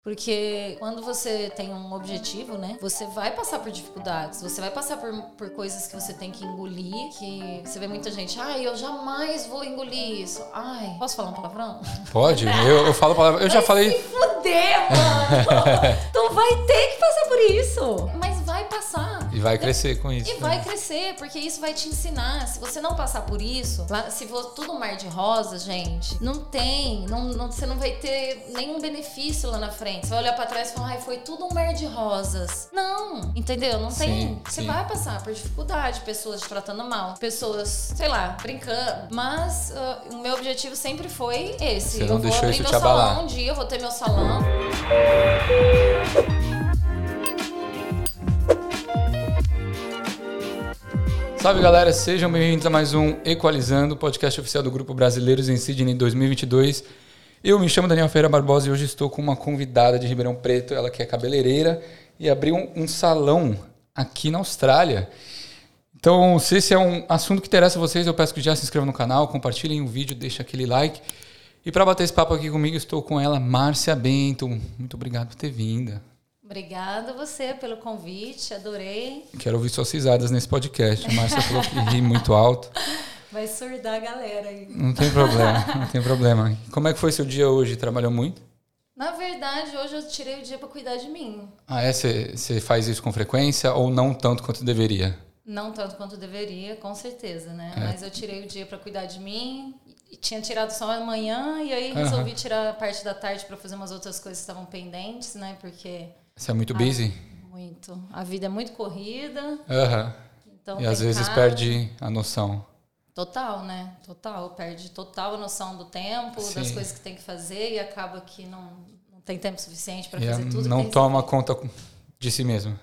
Porque quando você tem um objetivo, né? Você vai passar por dificuldades. Você vai passar por coisas que você tem que engolir. Que você vê muita gente, eu jamais vou engolir isso. Posso falar um palavrão? Pode, eu falo palavra. Eu já falei. Se fuder, mano! Então vai ter que passar por isso. Mas vai passar. E vai crescer com isso. E vai crescer, porque isso vai te ensinar. Se você não passar por isso, se for tudo um mar de rosas, gente, não tem. Você não vai ter nenhum benefício lá na frente. Você vai olhar pra trás e falar, foi tudo um mar de rosas. Não, entendeu? Não tem. Você vai passar por dificuldade, pessoas te tratando mal, pessoas, sei lá, brincando. Mas o meu objetivo sempre foi esse. Você não deixou isso te abalar. Eu vou abrir meu salão um dia, eu vou ter meu salão. Salve, galera, sejam bem-vindos a mais um Equalizando, podcast oficial do Grupo Brasileiros em Sydney 2022. Eu me chamo Daniel Ferreira Barbosa e hoje estou com uma convidada de Ribeirão Preto, ela que é cabeleireira e abriu um salão aqui na Austrália. Então, se esse é um assunto que interessa a vocês, eu peço que já se inscrevam no canal, compartilhem o vídeo, deixem aquele like. E para bater esse papo aqui comigo, estou com ela, Márcia Bento. Muito obrigado por ter vindo. Obrigada a você pelo convite, adorei. Quero ouvir suas risadas nesse podcast. A Márcia falou que ri muito alto. Vai surdar a galera aí. Não tem problema, não tem problema. Como é que foi seu dia hoje? Trabalhou muito? Na verdade, hoje eu tirei o dia para cuidar de mim. Você faz isso com frequência ou não tanto quanto deveria? Não tanto quanto deveria, com certeza, né? Mas eu tirei o dia para cuidar de mim. E tinha tirado só amanhã e aí resolvi tirar a parte da tarde para fazer umas outras coisas que estavam pendentes, né? Porque... Você é muito busy? Muito. A vida é muito corrida. Então e às vezes perde a noção. Total, né? Total. Perde total a noção do tempo, das coisas que tem que fazer e acaba que não tem tempo suficiente para fazer tudo. Não toma conta de si mesmo.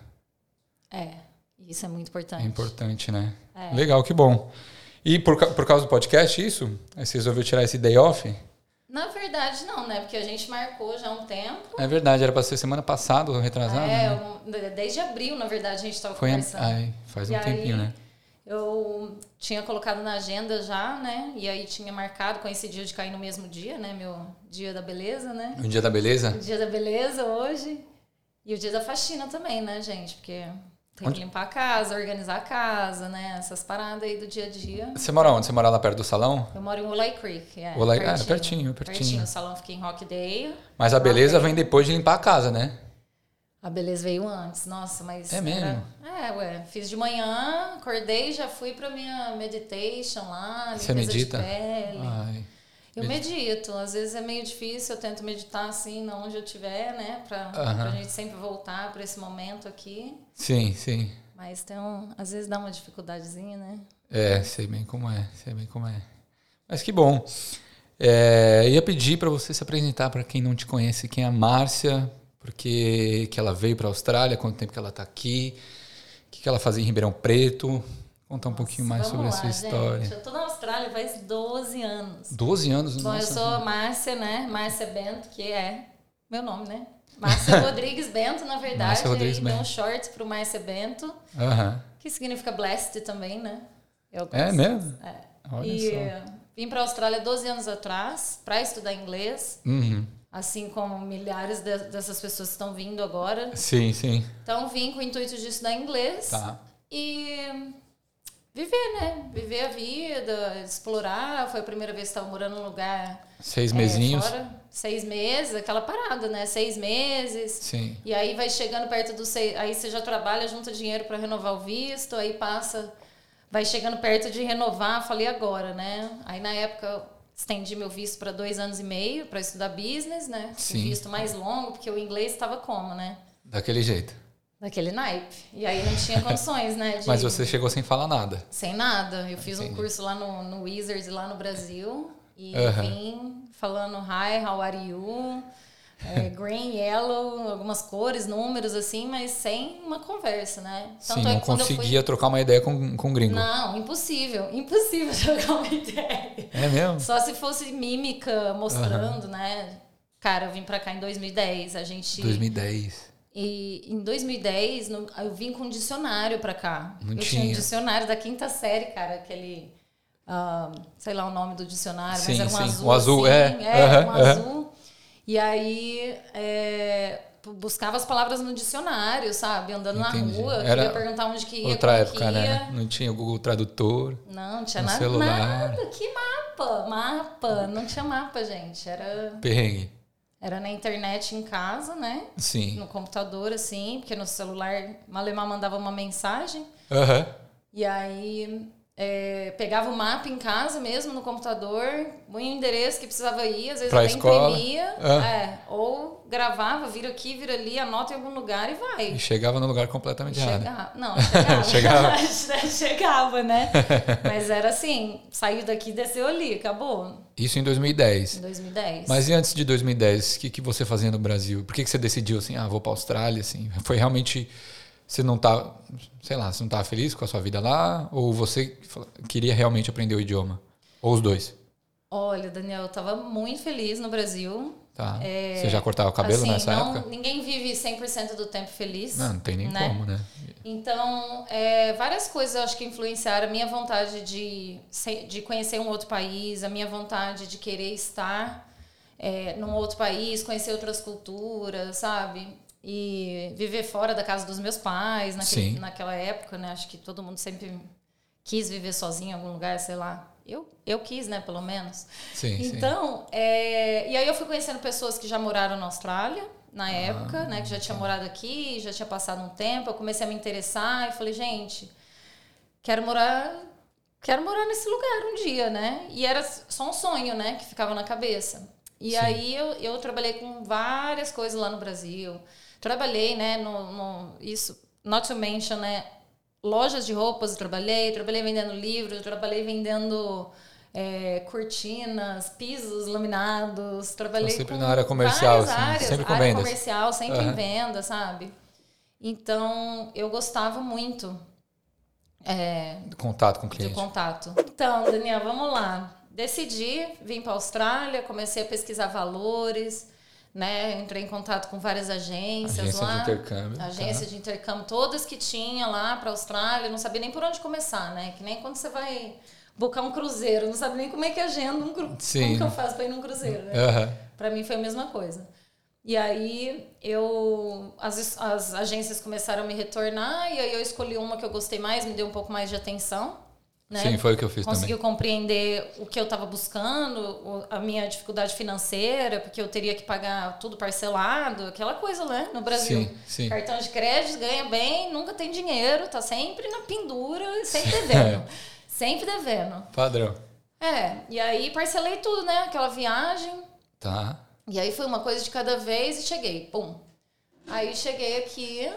Isso é muito importante. É importante, né? Legal, que bom. E por causa do podcast, isso? Aí você resolveu tirar esse day off? Na verdade, não, né? Porque a gente marcou já há um tempo. É verdade, era para ser semana passada ou retrasada? Né? Desde abril, na verdade, a gente estava conversando. Faz um tempinho, né? Eu tinha colocado na agenda já, né? E aí tinha marcado, coincidiu de cair no mesmo dia, né? Meu dia da beleza, né? O dia da beleza? O dia da beleza hoje. E o dia da faxina também, né, gente? Porque tem que limpar a casa, organizar a casa, né? Essas paradas aí do dia a dia. Você mora onde? Você mora lá perto do salão? Eu moro em Wolli Creek, pertinho. O salão fica em Rockdale. Mas a beleza vem depois de limpar a casa, né? A beleza veio antes, nossa, mas... É mesmo? Fiz de manhã, acordei, já fui pra minha meditation lá, Você medita? De pele. Eu medito, às vezes é meio difícil, eu tento meditar assim, onde eu estiver, né, pra gente sempre voltar pra esse momento aqui. Sim. Mas às vezes dá uma dificuldadezinha, né? Sei bem como é. Mas que bom. Ia pedir pra você se apresentar pra quem não te conhece, quem é a Márcia... Porque que ela veio para a Austrália, quanto tempo que ela está aqui, o que ela fazia em Ribeirão Preto. Contar um pouquinho mais sobre a sua história. Eu estou na Austrália faz 12 anos. 12 anos? Bom, eu sou a Márcia, né? Márcia Bento, que é meu nome, né? Márcia Rodrigues Bento, na verdade. Márcia Rodrigues Bento. Deu um short para o Márcia Bento, que significa blessed também, né? É mesmo? Olha só. Vim para a Austrália 12 anos atrás para estudar inglês. Assim como milhares dessas pessoas que estão vindo agora. Sim. Então, vim com o intuito de estudar inglês. E viver, né? Viver a vida, explorar. Foi a primeira vez que estava morando num lugar... 6 mesinhos. Fora. 6 meses, aquela parada, né? 6 meses. Sim. E aí vai chegando perto dos 6... Aí você já trabalha, junta dinheiro para renovar o visto. Aí passa... Vai chegando perto de renovar. Falei agora, né? Aí na época... Estendi meu visto para 2 anos e meio para estudar business, né? Sim. Um visto mais longo, porque o inglês estava como, né? Daquele jeito. Daquele naipe. E aí não tinha condições, né? Mas você chegou sem falar nada. Sem nada. Eu fiz um curso lá no Wizards, lá no Brasil. E vim falando, hi, how are you? Green, yellow, algumas cores, números, assim, mas sem uma conversa, né? Tanto não conseguia trocar uma ideia com um gringo. Não, impossível trocar uma ideia. É mesmo? Só se fosse mímica, mostrando, né? Cara, eu vim pra cá em 2010, 2010. E em 2010, eu vim com um dicionário pra cá. Eu tinha um dicionário da 5ª série, cara, aquele... sei lá o nome do dicionário, mas era um azul. O azul, assim, um azul. E aí buscava as palavras no dicionário, sabe? Andando Entendi. na rua, Era queria perguntar onde que ia, outra como época, que ia. né? Não tinha o Google Tradutor. Não tinha no nada, celular. nada. Que mapa? Não tinha mapa, gente. Perrengue. Era na internet em casa, né? Sim. No computador, assim, porque no celular Malemar mandava uma mensagem. Aham. E aí pegava o mapa em casa mesmo, no computador, o endereço que precisava ir, às vezes Pra até escola. imprimia. Ou gravava, vira aqui, vira ali, anota em algum lugar e vai. E chegava no lugar completamente errado. Chegava. Chegava, né? Mas era assim, saiu daqui, desceu ali, acabou. Isso em 2010. Em 2010. Mas e antes de 2010, o que você fazia no Brasil? Por que você decidiu assim, vou pra Austrália, assim? Foi realmente... Você não tá, sei lá, você não estava feliz com a sua vida lá? Ou você queria realmente aprender o idioma? Ou os dois? Olha, Daniel, eu estava muito feliz no Brasil. Tá. Você já cortava o cabelo assim, nessa época? Ninguém vive 100% do tempo feliz. Não tem nem né? como, né? Então, várias coisas eu acho que influenciaram a minha vontade de conhecer um outro país, a minha vontade de querer estar num outro país, conhecer outras culturas, sabe? E viver fora da casa dos meus pais naquela época, né? Acho que todo mundo sempre quis viver sozinho em algum lugar, sei lá. Eu quis, né? Pelo menos. Sim, então, e aí eu fui conhecendo pessoas que já moraram na Austrália na época, né? Que já tinha morado aqui, já tinha passado um tempo. Eu comecei a me interessar e falei, gente, quero morar nesse lugar um dia, né? E era só um sonho, né? Que ficava na cabeça. E aí eu trabalhei com várias coisas lá no Brasil. Trabalhei, né, isso, not to mention, né, lojas de roupas eu trabalhei vendendo livros, trabalhei vendendo cortinas, pisos laminados, trabalhei sempre com na área comercial, várias áreas, sempre com área vendas. comercial, sempre em venda, sabe? Então, eu gostava muito contato com o cliente. de contato. Então, Daniel, vamos lá. Decidi vir para a Austrália, comecei a pesquisar valores, né? Entrei em contato com várias agências lá. De intercâmbio. Agência de intercâmbio, todas que tinha lá para a Austrália. Não sabia nem por onde começar, né? Que nem quando você vai buscar um cruzeiro. Não sabe nem como é que agenda um cruzeiro. Como que eu faço para ir num cruzeiro, né? Para mim foi a mesma coisa. E aí, as agências começaram a me retornar. E aí eu escolhi uma que eu gostei mais, me deu um pouco mais de atenção. Né? Sim, foi o que eu fiz Conseguiu também. compreender o que eu estava buscando, a minha dificuldade financeira, porque eu teria que pagar tudo parcelado, aquela coisa, né? No Brasil. Sim. Cartão de crédito, ganha bem, nunca tem dinheiro, tá sempre na pendura, sempre devendo. Sempre devendo. Padrão. E aí parcelei tudo, né? Aquela viagem. Tá. E aí foi uma coisa de cada vez e cheguei, pum. Aí cheguei aqui,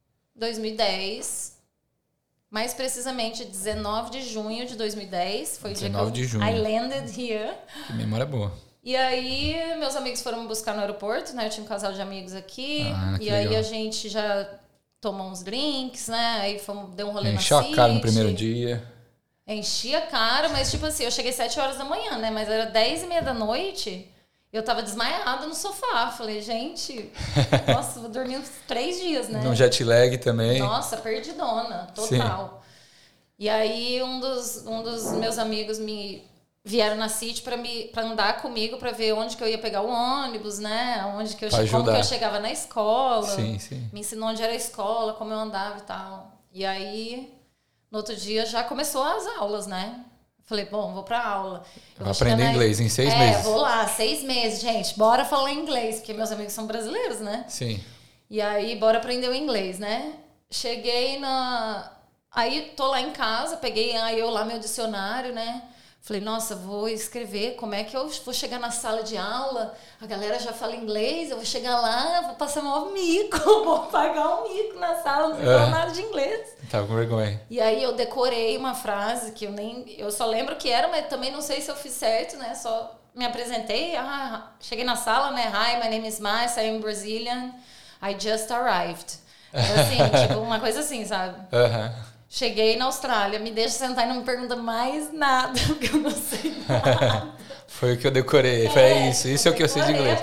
2010... Mais precisamente, 19 de junho de 2010. Foi o dia que I landed here. Que memória boa. E aí, meus amigos foram me buscar no aeroporto, né? Eu tinha um casal de amigos aqui. E aí, legal. a gente já tomou uns drinks, né? Aí deu um rolê na Encheu City. a cara no primeiro dia. Enchi a cara, mas tipo assim, eu cheguei 7 horas da manhã, né? Mas era 10h30 da noite. Eu tava desmaiada no sofá. Falei, gente, nossa, vou dormir uns 3 dias, né? No jet lag também. Nossa, perdidona, total. Sim. E aí um dos meus amigos me vieram na City pra andar comigo, pra ver onde que eu ia pegar o ônibus, né? Como que eu chegava na escola. Sim. Me ensinou onde era a escola, como eu andava e tal. E aí, no outro dia, já começou as aulas, né? Falei, bom, vou pra aula. Vou aprender inglês em 6 meses. Vou lá, 6 meses, gente. Bora falar inglês, porque meus amigos são brasileiros, né? Sim. E aí, bora aprender o inglês, né? Cheguei Aí, tô lá em casa, peguei lá meu dicionário, né? Falei, nossa, vou escrever, como é que eu vou chegar na sala de aula? A galera já fala inglês, eu vou chegar lá, vou passar maior mico, vou pagar um mico na sala, não sei falar nada de inglês. Tava com vergonha. E aí eu decorei uma frase que eu só lembro que era, mas também não sei se eu fiz certo, né? Só me apresentei, cheguei na sala, né? Hi, my name is Mas, I am Brazilian, I just arrived. Assim, tipo, uma coisa assim, sabe? Cheguei na Austrália, me deixa sentar e não me pergunta mais nada, porque eu não sei nada. Foi o que eu decorei. Foi isso é o que eu sei de inglês.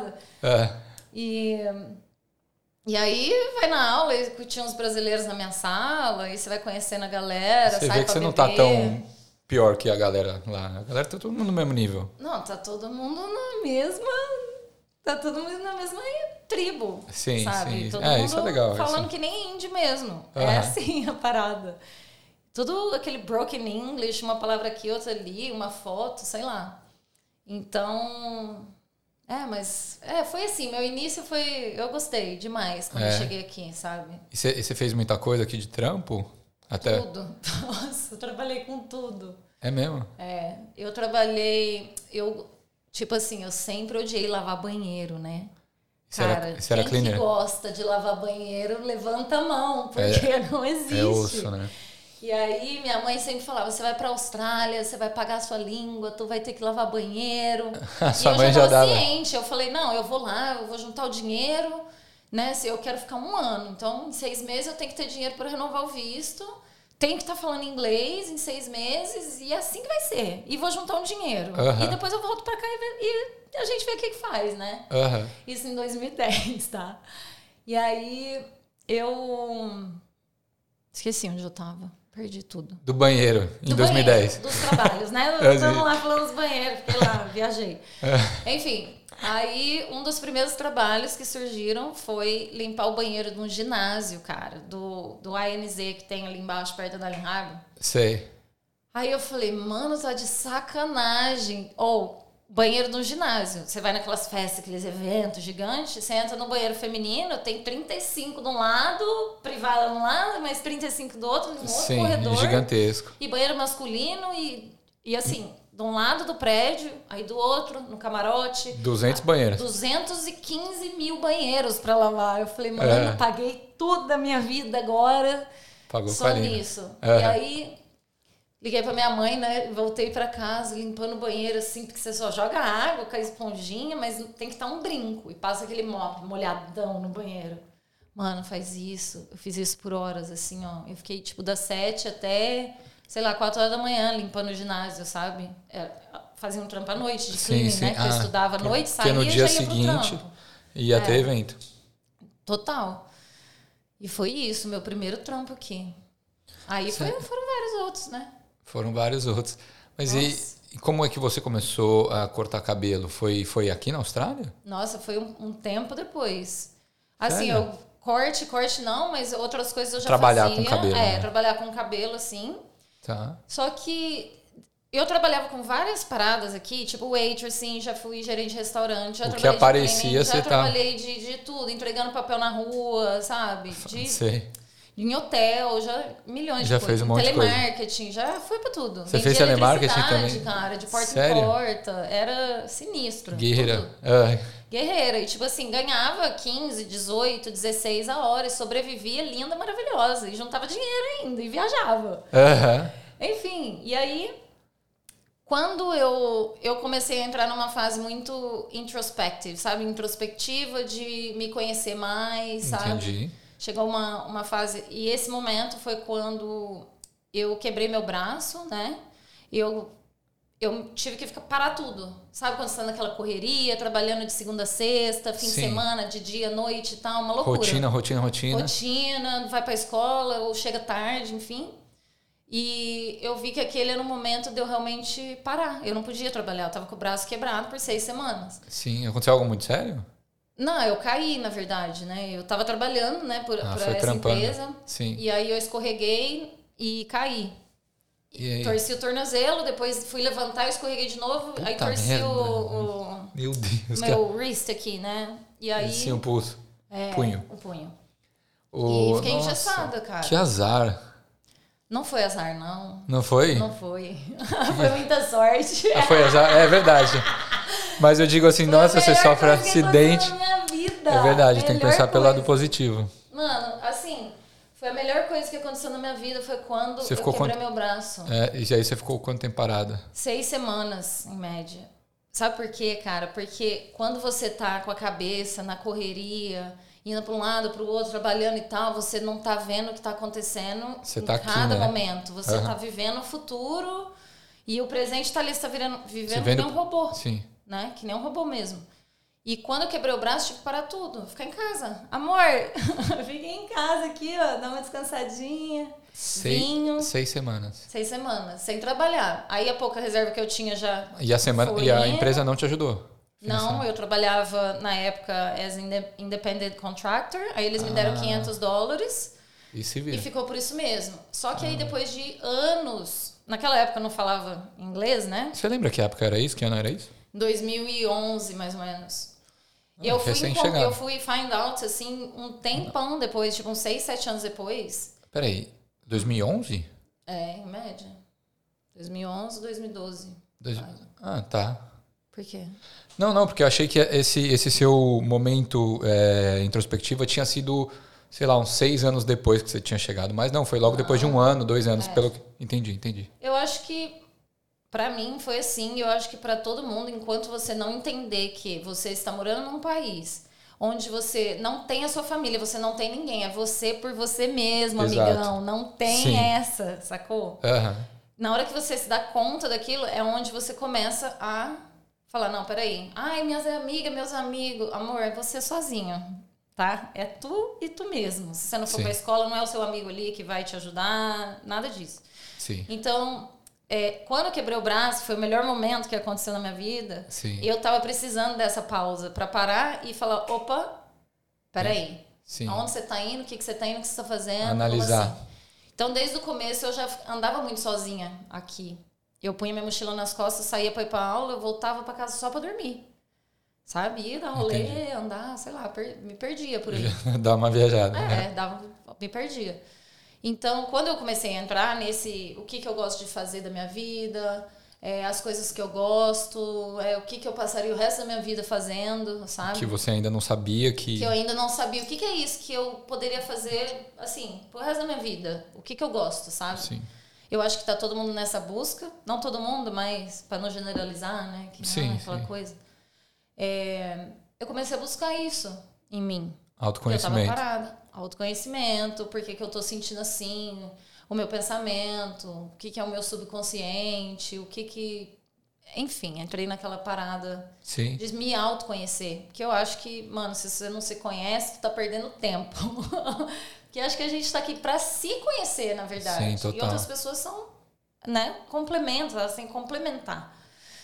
E aí vai na aula, e tinha uns brasileiros na minha sala, e você vai conhecendo a galera, você sai vê que você não tá tão pior que a galera lá. A galera tá todo mundo no mesmo nível. Não, tá todo mundo na mesma tá todo mundo na mesma tribo, Sim, sabe? sim. Todo mundo isso é legal. falando que nem indie mesmo. Uhum. É assim a parada. Tudo aquele broken English, uma palavra aqui, outra ali, uma foto, sei lá. Então... foi assim, meu início foi... Eu gostei demais quando eu cheguei aqui, sabe? E você fez muita coisa aqui de trampo? Até... Tudo. Nossa, eu trabalhei com tudo. É mesmo? Eu trabalhei... Tipo assim, eu sempre odiei lavar banheiro, né? Cara, quem que gosta de lavar banheiro, levanta a mão, porque não existe. É osso, né? E aí minha mãe sempre falava, você vai pra Austrália, você vai pagar a sua língua, tu vai ter que lavar banheiro. Sua e mãe eu já tava dava ciente, eu falei, não, eu vou lá, eu vou juntar o dinheiro, né? Se eu quero ficar 1 ano, então em 6 meses eu tenho que ter dinheiro para renovar o visto, tenho que estar falando inglês em 6 meses e assim que vai ser. E vou juntar um dinheiro. E depois eu volto pra cá e a gente vê o que faz, né? Isso em 2010, tá? E aí eu... Esqueci onde eu tava. Perdi tudo. Do banheiro, em 2010. Dos trabalhos, né? Estamos lá falando dos banheiros, fiquei lá, viajei. Enfim, aí um dos primeiros trabalhos que surgiram foi limpar o banheiro de um ginásio, cara, do ANZ que tem ali embaixo, perto da Allen Harbor. Sei. Aí eu falei, mano, tá de sacanagem. Banheiro de um ginásio. Você vai naquelas festas, aqueles eventos gigantes, você entra no banheiro feminino, tem 35 de um lado, privada de um lado, mais 35 do outro, no outro corredor. Gigantesco. E banheiro masculino e assim, de um lado do prédio, aí do outro, no camarote. 200 banheiros. 215 mil banheiros pra lavar. Eu falei, mano, paguei tudo da minha vida agora. Pagou só nisso. E aí... Liguei pra minha mãe, né? Voltei pra casa, limpando o banheiro, assim, porque você só joga água com a esponjinha, mas tem que estar um brinco. E passa aquele mop molhadão no banheiro. Mano, faz isso. Eu fiz isso por horas, assim, ó. Eu fiquei, tipo, das 7 até, sei lá, 4 horas da manhã limpando o ginásio, sabe? Fazia um trampo à noite de cleaning, né? Que eu estudava à noite, saía no e dia já ia pro seguinte trampo. Ia ter evento. Total. E foi isso, meu primeiro trampo aqui. Aí foram vários outros, né? Foram vários outros. Mas e como é que você começou a cortar cabelo? Foi aqui na Austrália? Nossa, foi um tempo depois. Assim, eu corte não, mas outras coisas eu já trabalhar fazia. Com cabelo. Né? Trabalhar com cabelo, assim. Tá. Só que eu trabalhava com várias paradas aqui, tipo waitressing, já fui gerente de restaurante, já trabalhei que aparecia, de training, já trabalhei de tudo, entregando papel na rua, sabe? Sei. Em hotel, já milhões já de coisas. fez um monte de coisa. Telemarketing, já fui pra tudo. Você fez telemarketing também? Cara, de porta Sério? em porta. Era sinistro. Guerreira. Guerreira. E tipo assim, ganhava 15, 18, 16 a hora. E sobrevivia linda, maravilhosa. E juntava dinheiro ainda. E viajava. Enfim, e aí... Quando eu comecei a entrar numa fase muito introspective, sabe? Introspectiva de me conhecer mais, sabe? Entendi. Chegou uma fase... E esse momento foi quando eu quebrei meu braço, né? Eu tive que parar tudo. Sabe quando você tá naquela correria, trabalhando de segunda a sexta, fim de semana, de dia, noite e tal, uma loucura. Rotina, vai pra escola ou chega tarde, enfim. E eu vi que aquele era o momento de eu realmente parar. Eu não podia trabalhar, eu tava com o braço quebrado por 6 semanas. Sim, aconteceu algo muito sério? Não, eu caí, na verdade, né? Eu tava trabalhando, né, por essa empresa. Sim. E aí eu escorreguei e caí. E torci o tornozelo, depois fui levantar, eu escorreguei de novo. Puta aí torci merda. Meu Deus, meu wrist aqui, né? E aí... Sim, o pulso. Punho. O punho. E fiquei engessada, cara. Que azar. Não foi azar, não. Não foi? Não foi. Foi muita sorte. Foi azar, é verdade. Mas eu digo assim, nossa, você sofre acidente. Minha vida. É verdade, tem que pensar pelo lado positivo. Mano, assim, foi a melhor coisa que aconteceu na minha vida foi quando eu quebrei meu braço. E aí você ficou quanto tempo parada? 6 semanas, em média. Sabe por quê, cara? Porque quando você tá com a cabeça na correria, indo para um lado, para o outro, trabalhando e tal, você não tá vendo o que tá acontecendo você em tá cada aqui, né? momento. Você tá vivendo o futuro e o presente tá ali, você tá vivendo que nem um robô. Sim. Né? Que nem um robô mesmo. E quando eu quebrei o braço, tive que parar tudo. Ficar em casa. Amor, fiquei em casa aqui, ó, dar uma descansadinha. Vinho. 6 semanas. 6 semanas, sem trabalhar. Aí a pouca reserva que eu tinha já E a empresa não te ajudou? Não, eu trabalhava na época as independent contractor, aí eles me deram $500 e se vira. E ficou por isso mesmo. Só que aí depois de anos, naquela época eu não falava inglês, né? Você lembra que época era isso? Que ano era isso? 2011, mais ou menos. Eu fui find out, assim, um tempão depois, tipo uns 6, 7 anos depois. Peraí, 2011? Em média. 2011, 2012. Tá. Por quê? Não, porque eu achei que esse seu momento introspectivo tinha sido, sei lá, uns 6 anos depois que você tinha chegado. Mas não, foi logo depois de 1 ano, 2 anos. Entendi. Eu acho que pra mim foi assim, eu acho que pra todo mundo, enquanto você não entender que você está morando num país onde você não tem a sua família, você não tem ninguém, é você por você mesmo, Exato. amigão, não tem essa, sacou? Na hora que você se dá conta daquilo, é onde você começa a falar, não, peraí, minhas amigas, meus amigos, amor, é você sozinho, tá? É tu e tu mesmo. Se você não for pra escola, não é o seu amigo ali que vai te ajudar, nada disso. Sim. Então, quando eu quebrei o braço, foi o melhor momento que aconteceu na minha vida. Sim. Eu tava precisando dessa pausa pra parar e falar, opa, peraí. Sim. Aonde você tá indo? O que você tá indo? O que você tá fazendo? Analisar. Como assim? Então, desde o começo, eu já andava muito sozinha aqui. Eu punha minha mochila nas costas, saía pra ir pra aula, eu voltava pra casa só pra dormir. Sabe? Ia dar rolê, andar, sei lá, me perdia por aí. Dá uma viajada. Me perdia. Então, quando eu comecei a entrar nesse... O que eu gosto de fazer da minha vida, as coisas que eu gosto, o que eu passaria o resto da minha vida fazendo, sabe? Que você ainda não sabia que... Que eu ainda não sabia. O que é isso que eu poderia fazer, assim, pro resto da minha vida? O que eu gosto, sabe? Sim. Eu acho que tá todo mundo nessa busca. Não todo mundo, mas para não generalizar, né? Que não é aquela coisa. Eu comecei a buscar isso em mim. Autoconhecimento. Eu tava parada. Autoconhecimento, por que eu tô sentindo assim, o meu pensamento, o que é o meu subconsciente, Enfim, entrei naquela parada de me autoconhecer. Porque eu acho que, mano, se você não se conhece, tu tá perdendo tempo. Porque acho que a gente tá aqui pra se conhecer, na verdade. Sim, total. E outras pessoas são, né, complementos, elas têm que complementar.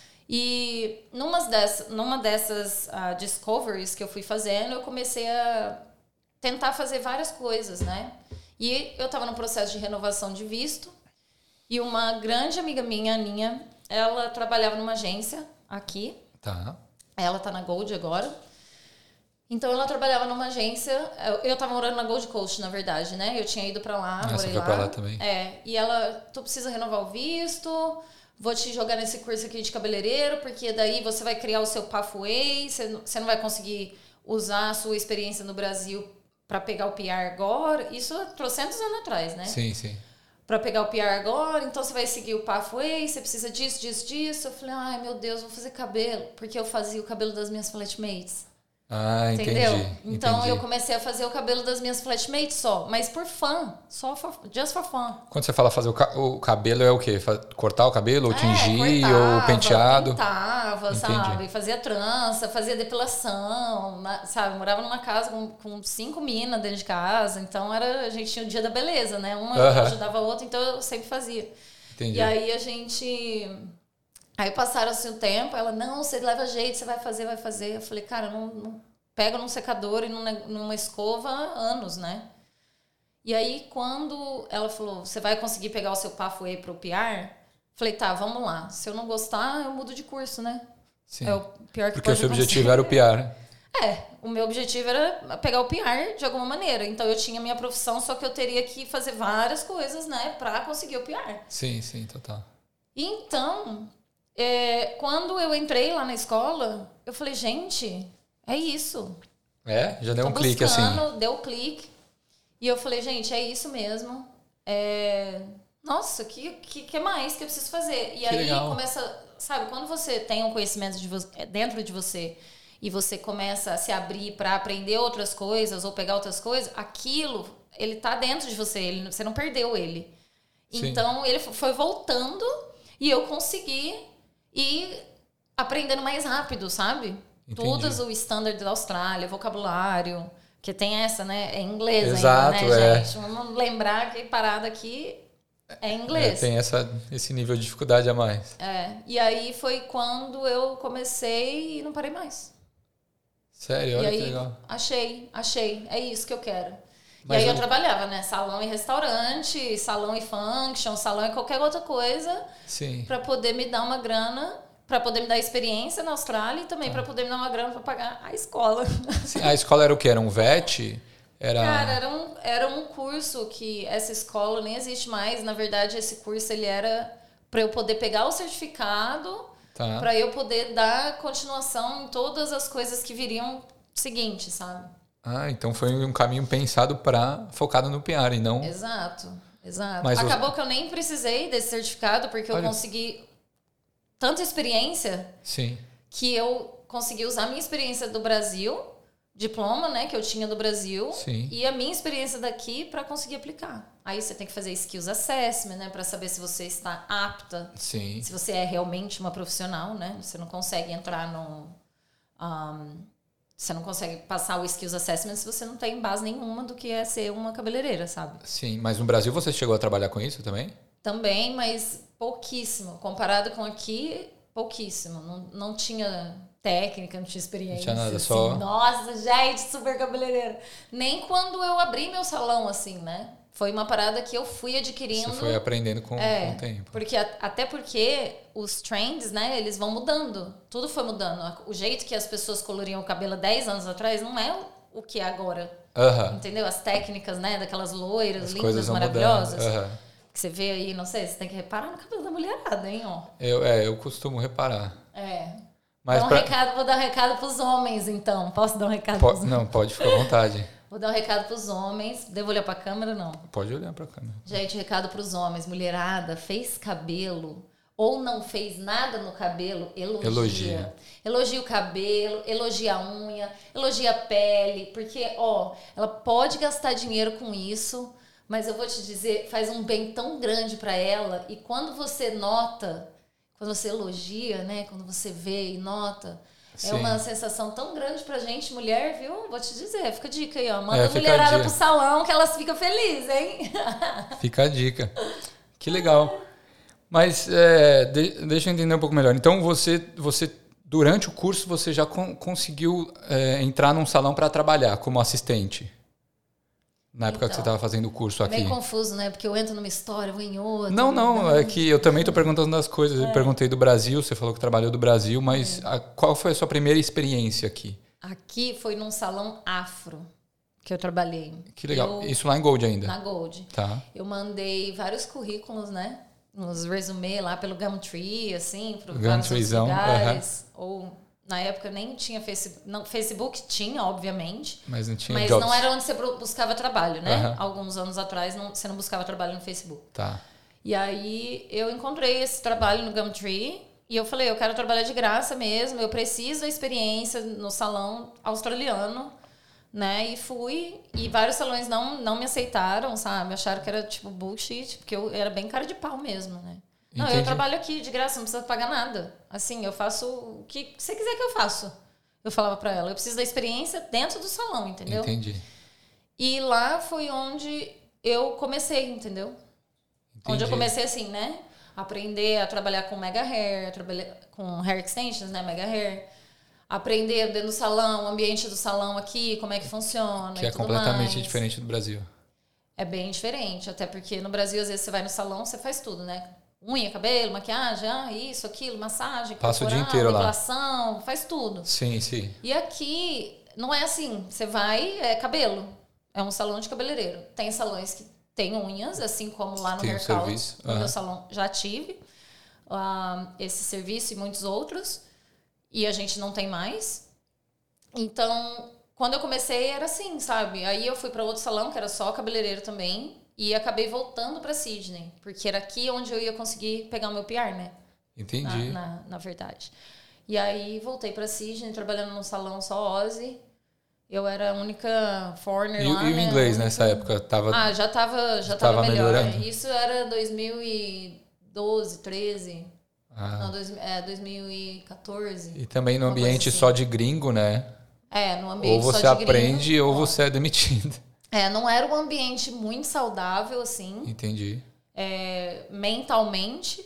E numa dessas discoveries que eu fui fazendo, eu comecei a tentar fazer várias coisas, né? E eu tava no processo de renovação de visto. E uma grande amiga minha, Aninha, ela trabalhava numa agência aqui. Tá. Ela tá na Gold agora. Então, ela trabalhava numa agência... Eu tava morando na Gold Coast, na verdade, né? Eu tinha ido pra lá, morei você foi lá. pra lá também. E ela... Tu precisa renovar o visto... Vou te jogar nesse curso aqui de cabeleireiro, porque daí você vai criar o seu pathway, você não vai conseguir usar a sua experiência no Brasil para pegar o PR agora. Isso há 300 anos atrás, né? Sim. Para pegar o PR agora, então você vai seguir o pathway, você precisa disso. Eu falei, ai meu Deus, vou fazer cabelo, porque eu fazia o cabelo das minhas flatmates. Entendeu? Então eu comecei a fazer o cabelo das minhas flatmates só, mas por fã, just for fun. Quando você fala fazer o cabelo, é o quê? Cortar o cabelo, ou tingir, ou penteado? Pintava, sabe? Fazia trança, fazia depilação, sabe? Morava numa casa com 5 minas dentro de casa, então a gente tinha o dia da beleza, né? Uma ajudava a outra, então eu sempre fazia. Entendi. E aí Aí passaram-se um tempo, ela, não, você leva jeito, você vai fazer. Eu falei, cara, não pego num secador e numa escova há anos, né? E aí, quando ela falou, você vai conseguir pegar o seu pathway pro PR? Falei, tá, vamos lá. Se eu não gostar, eu mudo de curso, né? Sim. É o pior que Porque pode o seu acontecer. objetivo era o PR. O meu objetivo era pegar o PR de alguma maneira. Então, eu tinha minha profissão, só que eu teria que fazer várias coisas, né? Pra conseguir o PR. Sim, total. Então... quando eu entrei lá na escola, eu falei, gente, é isso. Já deu um clique assim. Deu um clique. E eu falei, gente, é isso mesmo. Nossa, que mais que eu preciso fazer? E aí legal. começa, sabe, quando você tem um conhecimento dentro de você e você começa a se abrir para aprender outras coisas ou pegar outras coisas, aquilo, ele tá dentro de você, você não perdeu ele. Sim. Então, ele foi voltando e eu consegui ir aprendendo mais rápido, sabe? Entendi. Todas o standard da Austrália, vocabulário, que tem essa, né? É inglês. Exato, ainda, né, gente? Vamos lembrar que parada aqui É inglês. Tem esse nível de dificuldade a mais. E aí foi quando eu comecei e não parei mais. Sério? Olha e aí, que legal. Achei. É isso que eu quero. Mas e aí eu trabalhava, né? Salão e restaurante, salão e function, salão e qualquer outra coisa. Sim. Pra poder me dar uma grana, pra poder me dar experiência na Austrália e também pra poder me dar uma grana pra pagar a escola. Sim, a escola era o quê? Era um VET? Cara, era um curso que essa escola nem existe mais. Na verdade, esse curso ele era pra eu poder pegar o certificado, pra eu poder dar continuação em todas as coisas que viriam seguinte, sabe? Então foi um caminho pensado focado no PR e não... Exato. Mas acabou que eu nem precisei desse certificado, porque eu consegui tanta experiência. Sim. Que eu consegui usar a minha experiência do Brasil, diploma, né, que eu tinha do Brasil, Sim. E a minha experiência daqui para conseguir aplicar. Aí você tem que fazer skills assessment, né, para saber se você está apta, Sim. se você é realmente uma profissional, né? Você não consegue entrar você não consegue passar o skills assessment se você não tem base nenhuma do que é ser uma cabeleireira, sabe? Sim, mas no Brasil você chegou a trabalhar com isso também? Também, mas pouquíssimo. Comparado com aqui, pouquíssimo. Não tinha técnica, não tinha experiência. Não tinha nada, assim. só... Nossa, gente, super cabeleireira. Nem quando eu abri meu salão, assim, né? Foi uma parada que eu fui adquirindo. Você foi aprendendo com o tempo. Até porque os trends, né, eles vão mudando. Tudo foi mudando. O jeito que as pessoas coloriam o cabelo há 10 anos atrás não é o que é agora. Entendeu? As técnicas, né, daquelas loiras, as lindas, maravilhosas. Que você vê aí, não sei, você tem que reparar no cabelo da mulherada, hein, ó. Eu costumo reparar. Mas vou dar um recado pros homens, então. Posso dar um recado pros homens? Não, pode ficar à vontade. Vou dar um recado pros homens. Devo olhar pra câmera ou não? Pode olhar pra câmera. Gente, recado pros homens. Mulherada, fez cabelo ou não fez nada no cabelo, elogia. Elogia o cabelo, elogia a unha, elogia a pele. Porque, ela pode gastar dinheiro com isso, mas eu vou te dizer, faz um bem tão grande pra ela. E quando você nota, quando você elogia, né? Quando você vê e nota... Sim. É uma sensação tão grande pra gente, mulher, viu? Vou te dizer, fica a dica aí, ó. Manda a mulherada pro salão que elas ficam felizes, hein? Fica a dica. Que legal. Mas deixa eu entender um pouco melhor. Então, você durante o curso, você já conseguiu entrar num salão para trabalhar como assistente? Na época que você estava fazendo o curso aqui. É meio confuso, né? Porque eu entro numa história, vou em outra. Não. É que eu também estou perguntando das coisas. Eu perguntei do Brasil, você falou que trabalhou do Brasil, mas qual foi a sua primeira experiência aqui? Aqui foi num salão afro que eu trabalhei. Que legal. Isso lá em Gold ainda? Na Gold. Tá. Eu mandei vários currículos, né? Uns resumê lá pelo Gumtree, assim, para vários outros lugares. Ou... Na época nem tinha Facebook. Não, Facebook tinha, obviamente. Mas não tinha Mas jobs. não era onde você buscava trabalho, né? Alguns anos atrás você não buscava trabalho no Facebook. Tá. E aí eu encontrei esse trabalho no Gumtree. E eu falei, eu quero trabalhar de graça mesmo. Eu preciso da experiência no salão australiano. Né? E fui. E vários salões não me aceitaram, sabe? Acharam que era tipo bullshit. Porque eu era bem cara de pau mesmo, né? Não, eu trabalho aqui de graça, não precisa pagar nada. Assim, eu faço o que você quiser que eu faça. Eu falava pra ela, eu preciso da experiência dentro do salão, entendeu? Entendi. E lá foi onde eu comecei, entendeu? Entendi. Onde eu comecei assim, né? Aprender a trabalhar com mega hair, trabalhar com hair extensions, né? Mega hair. Aprender dentro do salão, o ambiente do salão aqui, como é que funciona. Que é completamente diferente do Brasil. É bem diferente, até porque no Brasil, às vezes, você vai no salão, você faz tudo, né? Unha, cabelo, maquiagem, isso, aquilo, massagem, passa o dia inteiro depilação, faz tudo. Sim, sim. E aqui não é assim. Você vai, cabelo. É um salão de cabeleireiro. Tem salões que tem unhas, assim como lá no Haircut. No meu salão já tive esse serviço e muitos outros. E a gente não tem mais. Então, quando eu comecei era assim, sabe? Aí eu fui para outro salão que era só cabeleireiro também. E acabei voltando para Sydney, porque era aqui onde eu ia conseguir pegar o meu PR, né? Entendi. Na verdade. E aí voltei para Sydney, trabalhando num salão só Aussie. Eu era a única foreigner lá, e o inglês nessa época? Já tava melhor. Melhorando? Isso era 2012, 13. Não, 2014. E também no ambiente assim. Só de gringo, né? No ambiente só de gringo. Ou você aprende ou você é demitido. Não era um ambiente muito saudável, assim. Entendi. mentalmente,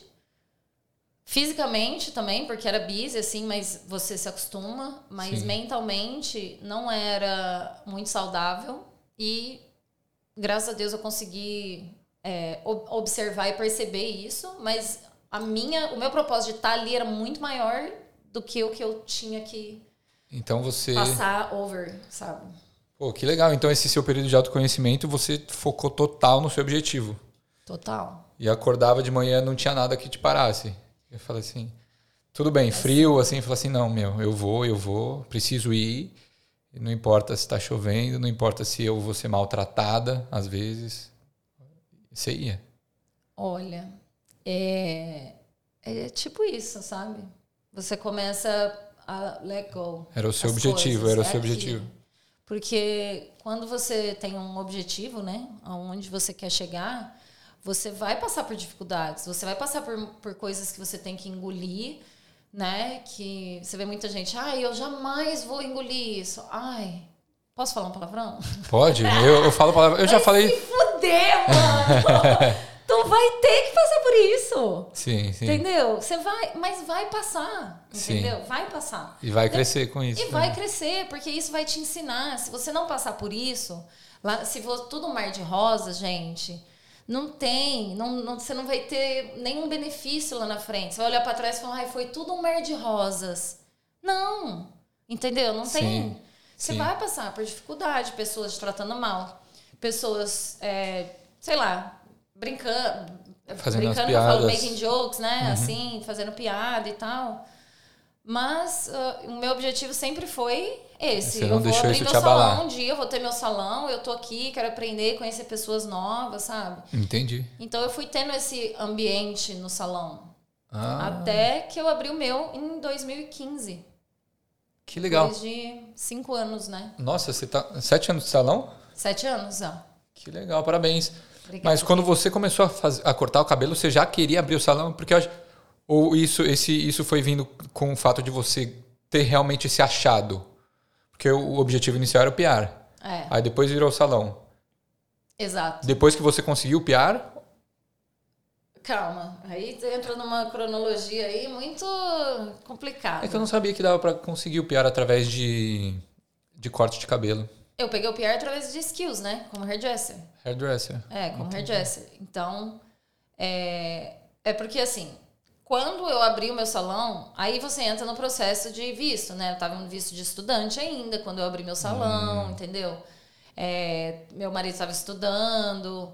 fisicamente também, porque era busy, assim, mas você se acostuma. Mas Sim. mentalmente não era muito saudável. E, graças a Deus, eu consegui observar e perceber isso. Mas o meu propósito de estar ali era muito maior do que o que eu tinha que Então você... passar over, sabe? Pô, que legal. Então esse seu período de autoconhecimento, você focou total no seu objetivo. Total. E acordava de manhã, não tinha nada que te parasse. Eu falei assim, tudo bem, frio, assim, eu falei assim, não, eu vou, preciso ir. Não importa se tá chovendo, não importa se eu vou ser maltratada, às vezes. Você ia. Olha, é tipo isso, sabe? Você começa a let go. Era o seu objetivo, era o seu objetivo. Porque quando você tem um objetivo, né, aonde você quer chegar, você vai passar por dificuldades, você vai passar por coisas que você tem que engolir, né? Que você vê muita gente, eu jamais vou engolir isso. Posso falar um palavrão? Pode, eu falo palavra. Eu já falei. Se fuder, mano! Tu vai ter que passar por isso. Sim, sim. Entendeu? Você vai, mas vai passar. Entendeu? Sim. Vai passar. E vai crescer com isso. E vai crescer, porque isso vai te ensinar. Se você não passar por isso, se for tudo um mar de rosas, gente, você não vai ter nenhum benefício lá na frente. Você vai olhar pra trás e falar, foi tudo um mar de rosas. Não. Entendeu? Não tem. Você vai passar por dificuldade, pessoas te tratando mal, pessoas, sei lá, brincando, fazendo as eu piadas. falo making jokes, né? Assim, fazendo piada e tal. Mas o meu objetivo sempre foi esse. Você não deixou abrir isso meu te abalar. salão um dia, eu vou ter meu salão, eu tô aqui, quero aprender, conhecer pessoas novas, sabe? Entendi. Então eu fui tendo esse ambiente no salão. Ah. Até que eu abri o meu em 2015. Que legal. Depois de 5 anos, né? Nossa, você tá 7 anos de salão? 7 anos, ó. Que legal, parabéns. Obrigada. Mas quando você começou a cortar o cabelo, você já queria abrir o salão? Porque eu acho, ou isso foi vindo com o fato de você ter realmente esse achado? Porque o objetivo inicial era o PR. Aí depois virou o salão. Exato. Depois que você conseguiu o PR... Calma, aí você entra numa cronologia aí muito complicada. É que eu não sabia que dava pra conseguir o PR através de corte de cabelo. Eu peguei o PR através de skills, né? Como hairdresser. Hairdresser. Como hairdresser. Então, porque assim, quando eu abri o meu salão, aí você entra no processo de visto, né? Eu tava no visto de estudante ainda, quando eu abri meu salão, entendeu? Meu marido estava estudando...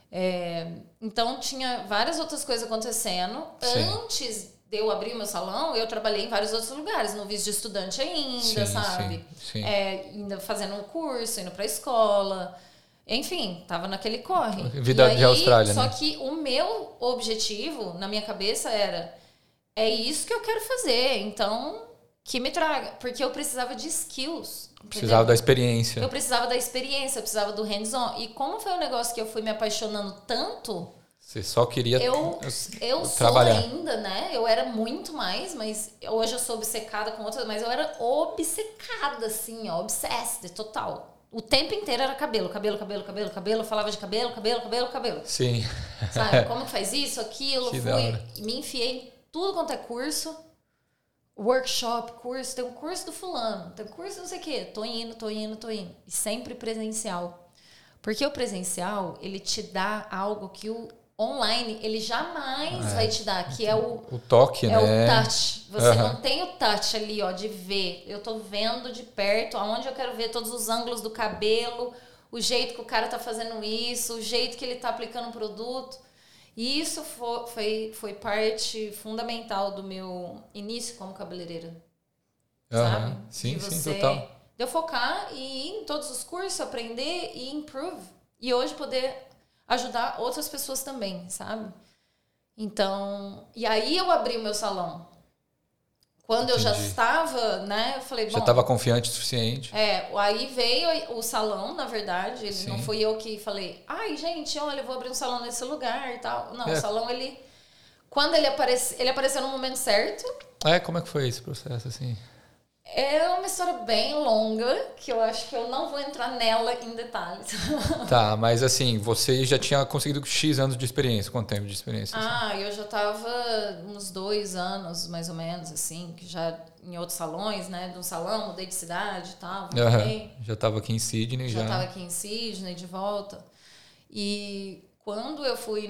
então tinha várias outras coisas acontecendo. Sim. Antes de eu abrir o meu salão, eu trabalhei em vários outros lugares, no visto de estudante ainda, sabe? Sim. Ainda fazendo um curso, indo pra escola. Enfim, tava naquele corre. Vida de Austrália, só né? que o meu objetivo, na minha cabeça, é isso que eu quero fazer. Então, que me traga. Porque eu precisava de skills. Precisava da experiência. Eu precisava da experiência, eu precisava do hands-on. E como foi um negócio que eu fui me apaixonando tanto... Você só queria eu trabalhar. Sou ainda, né? Eu era muito mais, mas hoje eu sou obcecada com outras, mas eu era obcecada, assim, ó, obsessed, total. O tempo inteiro era cabelo. Eu falava de cabelo. Sim. Sabe? Como que faz isso, aquilo? Que Me enfiei em tudo quanto é curso. Workshop, curso. Tem um curso do fulano. Tem um curso não sei o quê. Tô indo. E sempre presencial. Porque o presencial, ele te dá algo que o online, ele jamais vai te dar, que é o toque, né? O touch. Você não tem o touch ali, ó, de ver. Eu tô vendo de perto, aonde eu quero ver todos os ângulos do cabelo, o jeito que o cara tá fazendo isso, o jeito que ele tá aplicando o produto. E isso foi parte fundamental do meu início como cabeleireira. Sabe? Sim, total. De eu focar e ir em todos os cursos, aprender e improve. E hoje poder ajudar outras pessoas também, sabe? Então... E aí eu abri o meu salão. Quando eu já estava, né? Eu falei, já estava confiante o suficiente. Aí veio o salão, na verdade. Não fui eu que falei, gente, olha, eu vou abrir um salão nesse lugar e tal. Não, o salão, quando ele apareceu no momento certo. Como é que foi esse processo, assim? É uma história bem longa, que eu acho que eu não vou entrar nela em detalhes. Tá, mas assim, você já tinha conseguido X anos de experiência. Quanto tempo de experiência? Assim? Eu já tava uns 2 anos, mais ou menos, assim, que já em outros salões, né? De um salão, mudei de cidade e tal, voltei. Já estava aqui em Sydney. Já tava aqui em Sydney, de volta. E quando eu fui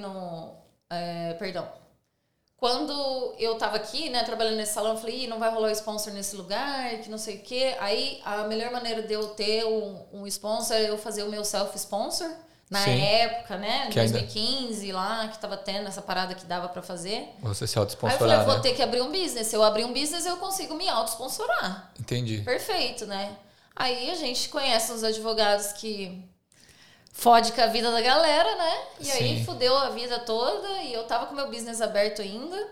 quando eu tava aqui, né, trabalhando nesse salão, eu falei, não vai rolar sponsor nesse lugar, que não sei o quê. Aí, a melhor maneira de eu ter um sponsor é eu fazer o meu self-sponsor. Na época, né, em 2015, lá, que tava tendo essa parada que dava pra fazer. Você se auto-sponsorar, Aí eu falei, vou ter que abrir um business. Se eu abrir um business, eu consigo me auto-sponsorar. Entendi. Perfeito, né? Aí, a gente conhece uns advogados que... fode com a vida da galera, né? E aí fudeu a vida toda. E eu tava com meu business aberto ainda.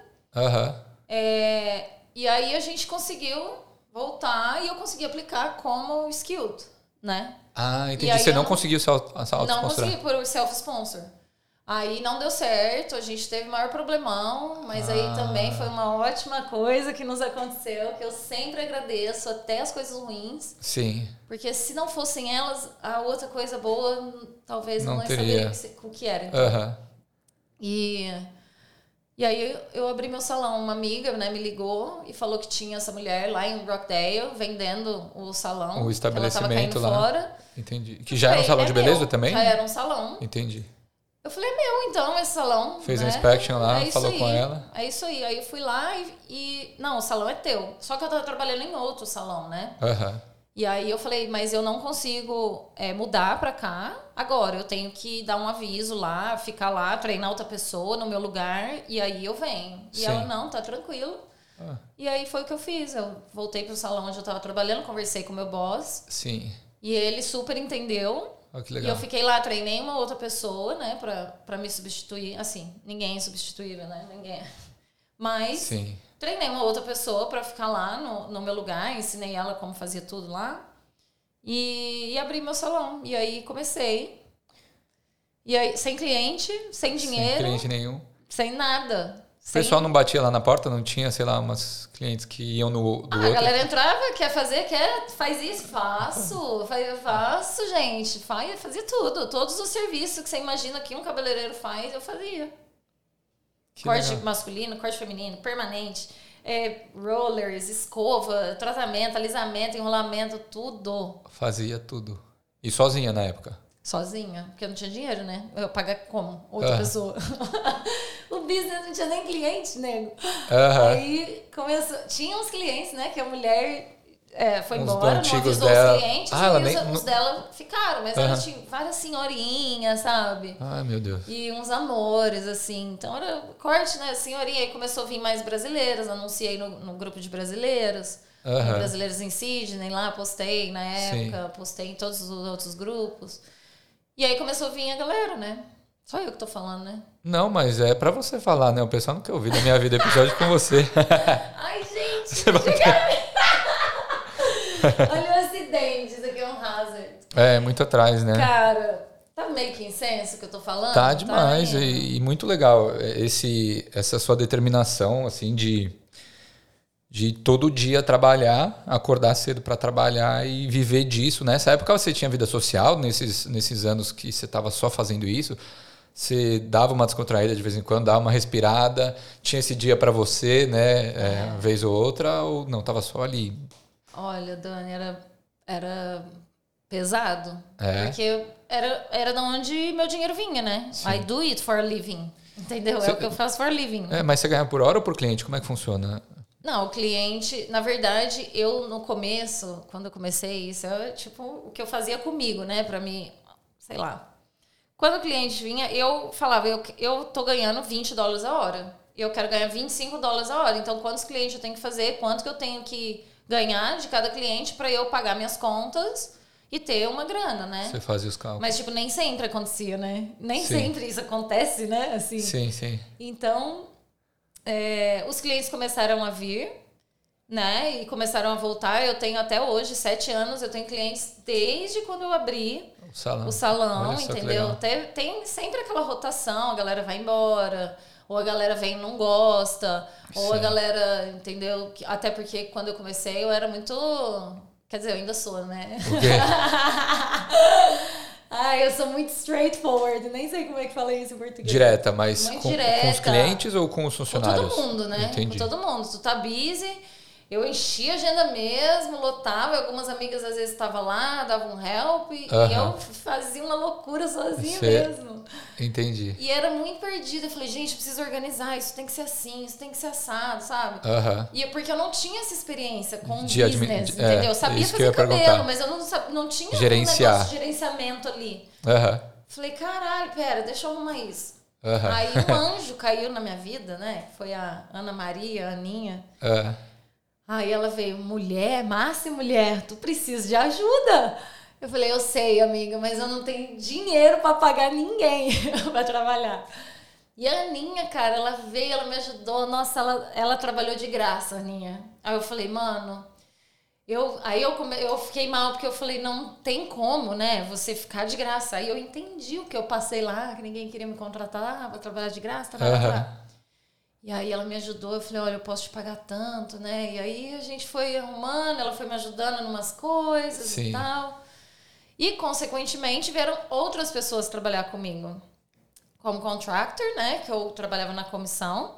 E aí a gente conseguiu voltar e eu consegui aplicar como skilled, né? Entendi. Você não conseguiu se auto-sponsorar? Não consegui por self-sponsor. Aí não deu certo, a gente teve maior problemão, mas aí também foi uma ótima coisa que nos aconteceu, que eu sempre agradeço, até as coisas ruins. Sim. Porque se não fossem elas, a outra coisa boa, talvez não ia teria. saber o que era. Então. E aí eu abri meu salão, uma amiga, né, me ligou e falou que tinha essa mulher lá em Rockdale vendendo o salão. O estabelecimento que ela tava caindo lá. Fora. Entendi. Que já era um salão de beleza também? Já era um salão. Entendi. Eu falei, é meu então, esse salão. Fez né? um inspection lá, falou aí, com ela. É isso aí. Aí eu fui lá e... Não, o salão é teu. Só que eu tava trabalhando em outro salão, né? E aí eu falei, mas eu não consigo mudar pra cá agora. Eu tenho que dar um aviso lá, ficar lá, treinar outra pessoa no meu lugar. E aí eu venho. E ela, não, tá tranquilo. E aí foi o que eu fiz. Eu voltei pro salão onde eu tava trabalhando, conversei com o meu boss. Sim. E ele super entendeu. Que legal. E eu fiquei lá, treinei uma outra pessoa, né, pra me substituir. Assim, ninguém é substituível, né? Ninguém é. Mas treinei uma outra pessoa pra ficar lá no meu lugar, ensinei ela como fazia tudo lá. E abri meu salão. E aí comecei. E aí, sem cliente, sem dinheiro. Sem cliente nenhum. Sem nada. O pessoal não batia lá na porta? Não tinha, sei lá, umas clientes que iam do outro? A galera entrava, quer fazer, faz isso, faço, gente, fazia tudo. Todos os serviços que você imagina que um cabeleireiro faz, eu fazia. Corte legal. Masculino, corte feminino, permanente, rollers, escova, tratamento, alisamento, enrolamento, tudo. Fazia tudo. E sozinha na época? Sozinha, porque eu não tinha dinheiro, né? Eu ia pagar como? Outra pessoa. O business não tinha nem cliente, nego. Aí começou. Tinha uns clientes, né? Que a mulher foi embora, não avisou os clientes. Os dela ficaram, mas ela tinha várias senhorinhas, sabe? Ai, meu Deus. E uns amores, assim. Então era corte, né? Senhorinha. Aí começou a vir mais brasileiras. Anunciei no grupo de brasileiras. Brasileiros em Sydney lá, postei na época. Postei em todos os outros grupos. E aí começou a vir a galera, né? Só eu que tô falando, né? Não, mas é pra você falar, né? O pessoal não quer ouvir da minha vida episódio com você. Ai, gente. Olha o acidente, isso aqui é um hazard. Muito atrás, né? Cara, tá meio que incenso que eu tô falando? Tá demais, e muito legal essa sua determinação, assim, de todo dia trabalhar, acordar cedo para trabalhar e viver disso. Nessa época você tinha vida social, nesses anos que você estava só fazendo isso, você dava uma descontraída de vez em quando, dava uma respirada, tinha esse dia para você, né, uma vez ou outra, ou não, estava só ali? Olha, Dani, era pesado, porque era de onde meu dinheiro vinha, né? Sim. I do it for a living, entendeu? É o que eu faço for a living. Mas você ganha por hora ou por cliente? Como é que funciona? Não, o cliente... Na verdade, eu no começo, quando eu comecei, isso é tipo o que eu fazia comigo, né? Pra mim, sei lá. Quando o cliente vinha, eu falava, eu tô ganhando $20 a hora. Eu quero ganhar $25 a hora. Então, quantos clientes eu tenho que fazer? Quanto que eu tenho que ganhar de cada cliente pra eu pagar minhas contas e ter uma grana, né? Você fazia os cálculos. Mas, tipo, nem sempre acontecia, né? Nem sempre isso acontece, né? Assim. Sim. Então... os clientes começaram a vir, né? E começaram a voltar. Eu tenho até hoje, 7 anos, eu tenho clientes desde quando eu abri o salão, entendeu? Tem sempre aquela rotação, a galera vai embora, Ou a galera vem e não gosta, ou a galera, entendeu? Até porque quando eu comecei eu era muito... Quer dizer, eu ainda sou, né? O quê? Ai, eu sou muito straightforward, nem sei como é que fala isso em português. Direta, mas com os clientes ou com os funcionários? Com todo mundo, né? Entendi. Com todo mundo. Tu tá busy, eu enchia a agenda mesmo, lotava. Algumas amigas às vezes estavam lá, davam um help. E eu fazia uma loucura sozinha mesmo. Entendi. E era muito perdida. Eu falei, gente, eu preciso organizar. Isso tem que ser assim, isso tem que ser assado, sabe? E porque eu não tinha essa experiência com business, entendeu? Eu sabia fazer cabelo, mas eu não tinha um negócio de gerenciamento ali. Falei, caralho, pera, deixa eu arrumar isso. Aí um anjo caiu na minha vida, né? Foi a Ana Maria, a Aninha. Aí ela veio, Márcia, mulher, tu precisa de ajuda. Eu falei, eu sei, amiga, mas eu não tenho dinheiro pra pagar ninguém pra trabalhar. E a Aninha, cara, ela veio, ela me ajudou. Nossa, ela trabalhou de graça, Aninha. Aí eu falei, mano... eu fiquei mal, porque eu falei, não tem como, né, você ficar de graça. Aí eu entendi o que eu passei lá, que ninguém queria me contratar pra trabalhar de graça. E aí ela me ajudou, eu falei, olha, eu posso te pagar tanto, né? E aí a gente foi arrumando, ela foi me ajudando em umas coisas e tal. E, consequentemente, vieram outras pessoas trabalhar comigo. Como contractor, né? Que eu trabalhava na comissão.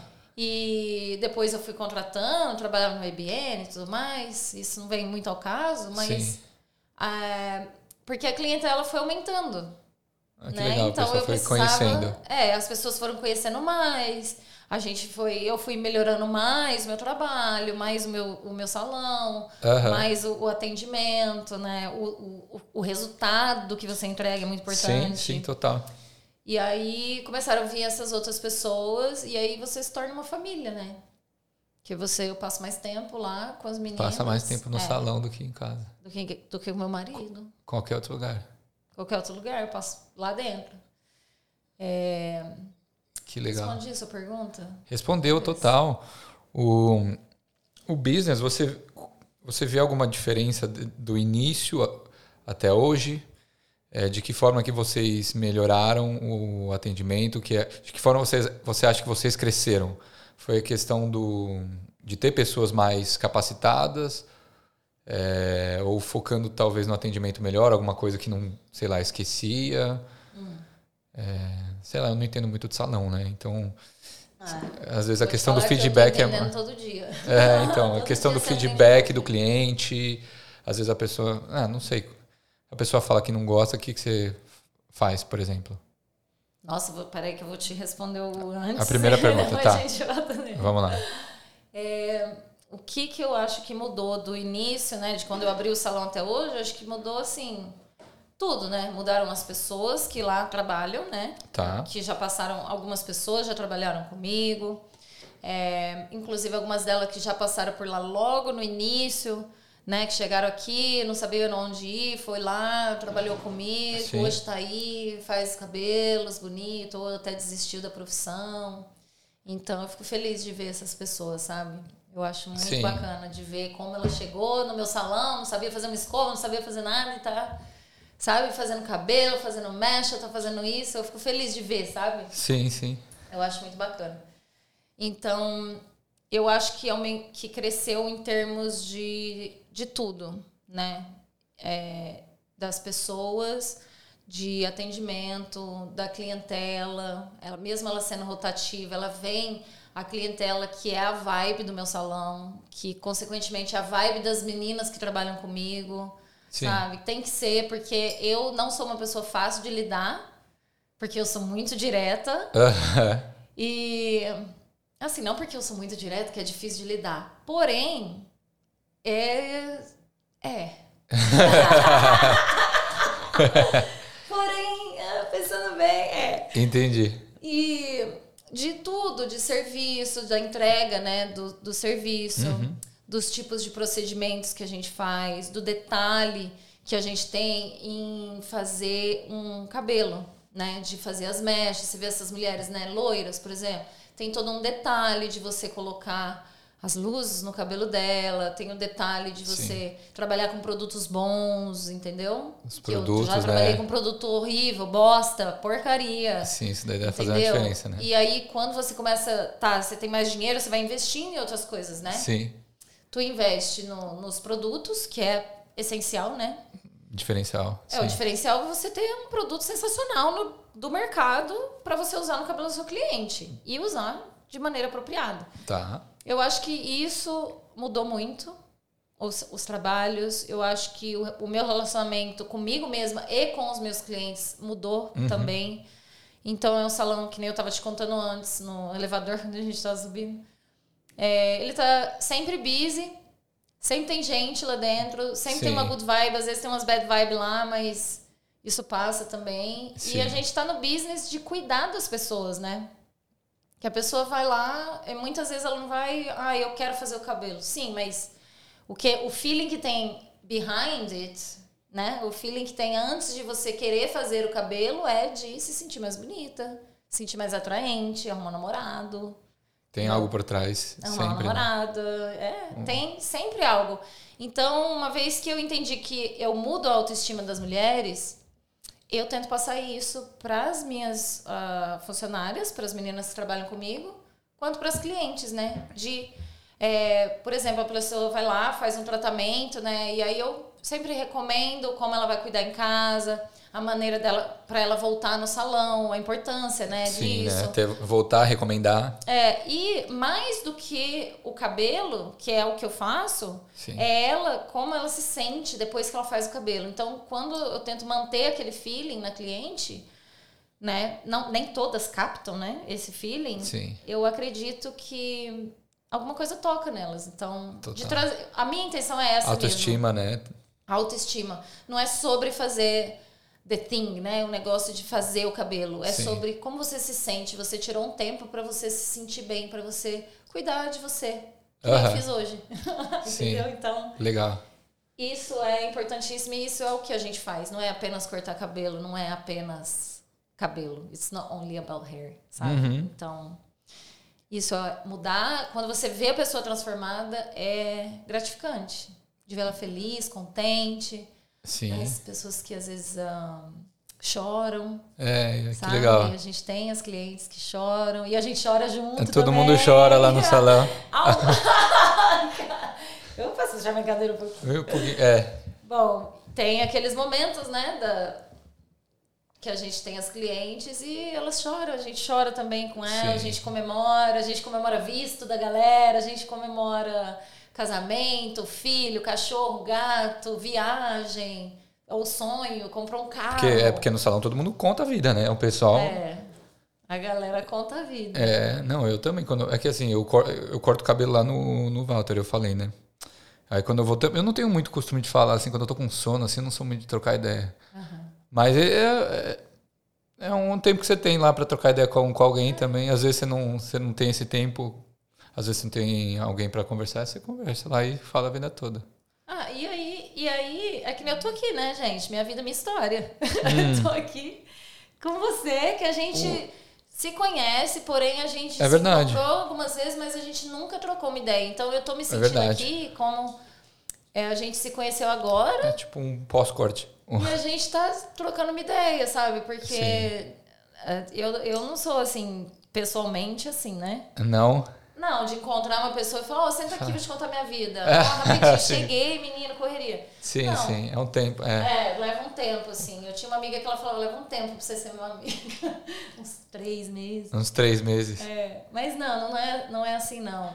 E depois eu fui contratando, trabalhava no IBM e tudo mais. Isso não vem muito ao caso, mas... porque a clientela foi aumentando. Que legal, então, a pessoa foi conhecendo. As pessoas foram conhecendo mais. Eu fui melhorando mais o meu trabalho, mais o meu salão, mais o atendimento, né? O resultado que você entrega é muito importante. Sim, total. E aí começaram a vir essas outras pessoas e aí você se torna uma família, né? Que eu passo mais tempo lá com as meninas. Passa mais tempo no salão do que em casa. Do que o meu marido. Qualquer outro lugar. Qualquer outro lugar, eu passo lá dentro. Que legal. Respondi a sua pergunta? Respondeu, total. O business, você vê alguma diferença do início até hoje? De que forma que vocês melhoraram o atendimento? De que forma você acha que vocês cresceram? Foi a questão de ter pessoas mais capacitadas? Ou focando talvez no atendimento melhor? Alguma coisa que não, sei lá, esquecia? Sei lá, eu não entendo muito de salão, né? Então, às vezes a questão do feedback todo dia. Então, a questão do feedback do cliente, às vezes a pessoa, não sei, a pessoa fala que não gosta, o que você faz, por exemplo? Nossa, peraí que eu vou te responder antes. A primeira pergunta, tá. Vamos lá. O que eu acho que mudou do início, né, de quando eu abri o salão até hoje, eu acho que mudou, assim... Tudo, né? Mudaram as pessoas que lá trabalham, né? Que já passaram, algumas pessoas já trabalharam comigo. Inclusive algumas delas que já passaram por lá logo no início, né? Que chegaram aqui, não sabiam onde ir, foi lá, trabalhou comigo, hoje tá aí, faz cabelos bonitos, ou até desistiu da profissão. Então eu fico feliz de ver essas pessoas, sabe? Eu acho muito bacana de ver como ela chegou no meu salão, não sabia fazer uma escova, não sabia fazer nada e tá... Sabe? Fazendo cabelo, fazendo mecha, tá fazendo isso. Eu fico feliz de ver, sabe? Sim. Eu acho muito bacana. Então, eu acho que cresceu em termos de tudo, né? Das pessoas, de atendimento, da clientela. Mesmo ela sendo rotativa, ela vem a clientela que é a vibe do meu salão, que, consequentemente, é a vibe das meninas que trabalham comigo. Sabe? Tem que ser, porque eu não sou uma pessoa fácil de lidar, porque eu sou muito direta. E, assim, não porque eu sou muito direta que é difícil de lidar. Porém, Porém, pensando bem, Entendi. E de tudo, de serviço, da entrega, né, do serviço... dos tipos de procedimentos que a gente faz, do detalhe que a gente tem em fazer um cabelo, né? De fazer as mechas. Você vê essas mulheres, né, loiras, por exemplo, tem todo um detalhe de você colocar as luzes no cabelo dela, tem o detalhe de você trabalhar com produtos bons, entendeu? Os produtos, eu já trabalhei com produto horrível, bosta, porcaria. Sim, isso daí deve fazer uma diferença, né? E aí, quando você começa... você tem mais dinheiro, você vai investindo em outras coisas, né? Sim. Tu investe nos produtos, que é essencial, né? Diferencial. O diferencial é você ter um produto sensacional do mercado para você usar no cabelo do seu cliente. E usar de maneira apropriada. Tá. Eu acho que isso mudou muito, os trabalhos. Eu acho que o meu relacionamento comigo mesma e com os meus clientes mudou também. Então, é um salão, que nem eu estava te contando antes, no elevador, quando a gente estava subindo. Ele tá sempre busy, sempre tem gente lá dentro, sempre tem uma good vibe, às vezes tem umas bad vibe lá, mas isso passa também. Sim. E a gente tá no business de cuidar das pessoas, né? Que a pessoa vai lá, e muitas vezes ela não vai, eu quero fazer o cabelo. Sim, mas o feeling que tem behind it, né? O feeling que tem antes de você querer fazer o cabelo é de se sentir mais bonita, se sentir mais atraente, arrumar um namorado. Tem algo por trás, arrumar sempre. Uma namorada, tem sempre algo. Então, uma vez que eu entendi que eu mudo a autoestima das mulheres, eu tento passar isso para as minhas funcionárias, para as meninas que trabalham comigo, quanto para as clientes, né? Por exemplo, a pessoa vai lá, faz um tratamento, né? E aí eu sempre recomendo como ela vai cuidar em casa, a maneira dela para ela voltar no salão, a importância, né, Sim, disso. Né? Voltar a recomendar. E mais do que o cabelo, que é o que eu faço, Sim. é como ela se sente depois que ela faz o cabelo. Então, quando eu tento manter aquele feeling na cliente, né, nem todas captam, né, esse feeling, Sim. Eu acredito que alguma coisa toca nelas. Então, Total. A minha intenção é essa Autoestima, mesmo. né? Autoestima. Não é sobre fazer the thing, né? O negócio de fazer o cabelo. É Sim. sobre como você se sente. Você tirou um tempo para você se sentir bem, para você cuidar de você. Que eu fiz hoje. Entendeu? Então, legal. Isso é importantíssimo e isso é o que a gente faz. Não é apenas cortar cabelo, não é apenas cabelo. It's not only about hair, sabe? Então, isso é mudar. Quando você vê a pessoa transformada, é gratificante. De ver ela feliz, contente. Sim. As pessoas que às vezes choram. Que legal. A gente tem as clientes que choram e a gente chora junto. Todo também. mundo chora lá no salão. Eu faço já brincadeira um pouquinho. Bom, tem aqueles momentos, né, que a gente tem as clientes e elas choram. A gente chora também com elas, a gente comemora visto da galera, a gente comemora casamento, filho, cachorro, gato, viagem, ou sonho, comprou um carro. Porque no salão todo mundo conta a vida, né? O pessoal... A galera conta a vida. Não, eu também. É que assim, eu corto o cabelo lá no Walter, eu falei, né? Aí quando eu voltei... Eu não tenho muito costume de falar, assim, quando eu tô com sono, assim, eu não sou muito de trocar ideia. Mas é um tempo que você tem lá pra trocar ideia com alguém também. Às vezes você não tem esse tempo... Às vezes não tem alguém pra conversar, você conversa lá e fala a vida toda. E aí, é que nem eu tô aqui, né, gente? Minha vida, minha história. Eu tô aqui com você, que a gente se conhece, porém a gente se encontrou algumas vezes, mas a gente nunca trocou uma ideia. Então eu tô me sentindo aqui como a gente se conheceu agora. É tipo um pós-corte. E a gente tá trocando uma ideia, sabe? Porque eu não sou assim, pessoalmente assim, né? Não, de encontrar uma pessoa e falar, senta aqui, vou te contar minha vida. Rapidinho, cheguei, menino, correria. Sim, é um tempo. Leva um tempo, assim. Eu tinha uma amiga que ela falava, leva um tempo pra você ser meu amiga. Uns 3 meses. Uns 3 meses. Mas não é assim, não.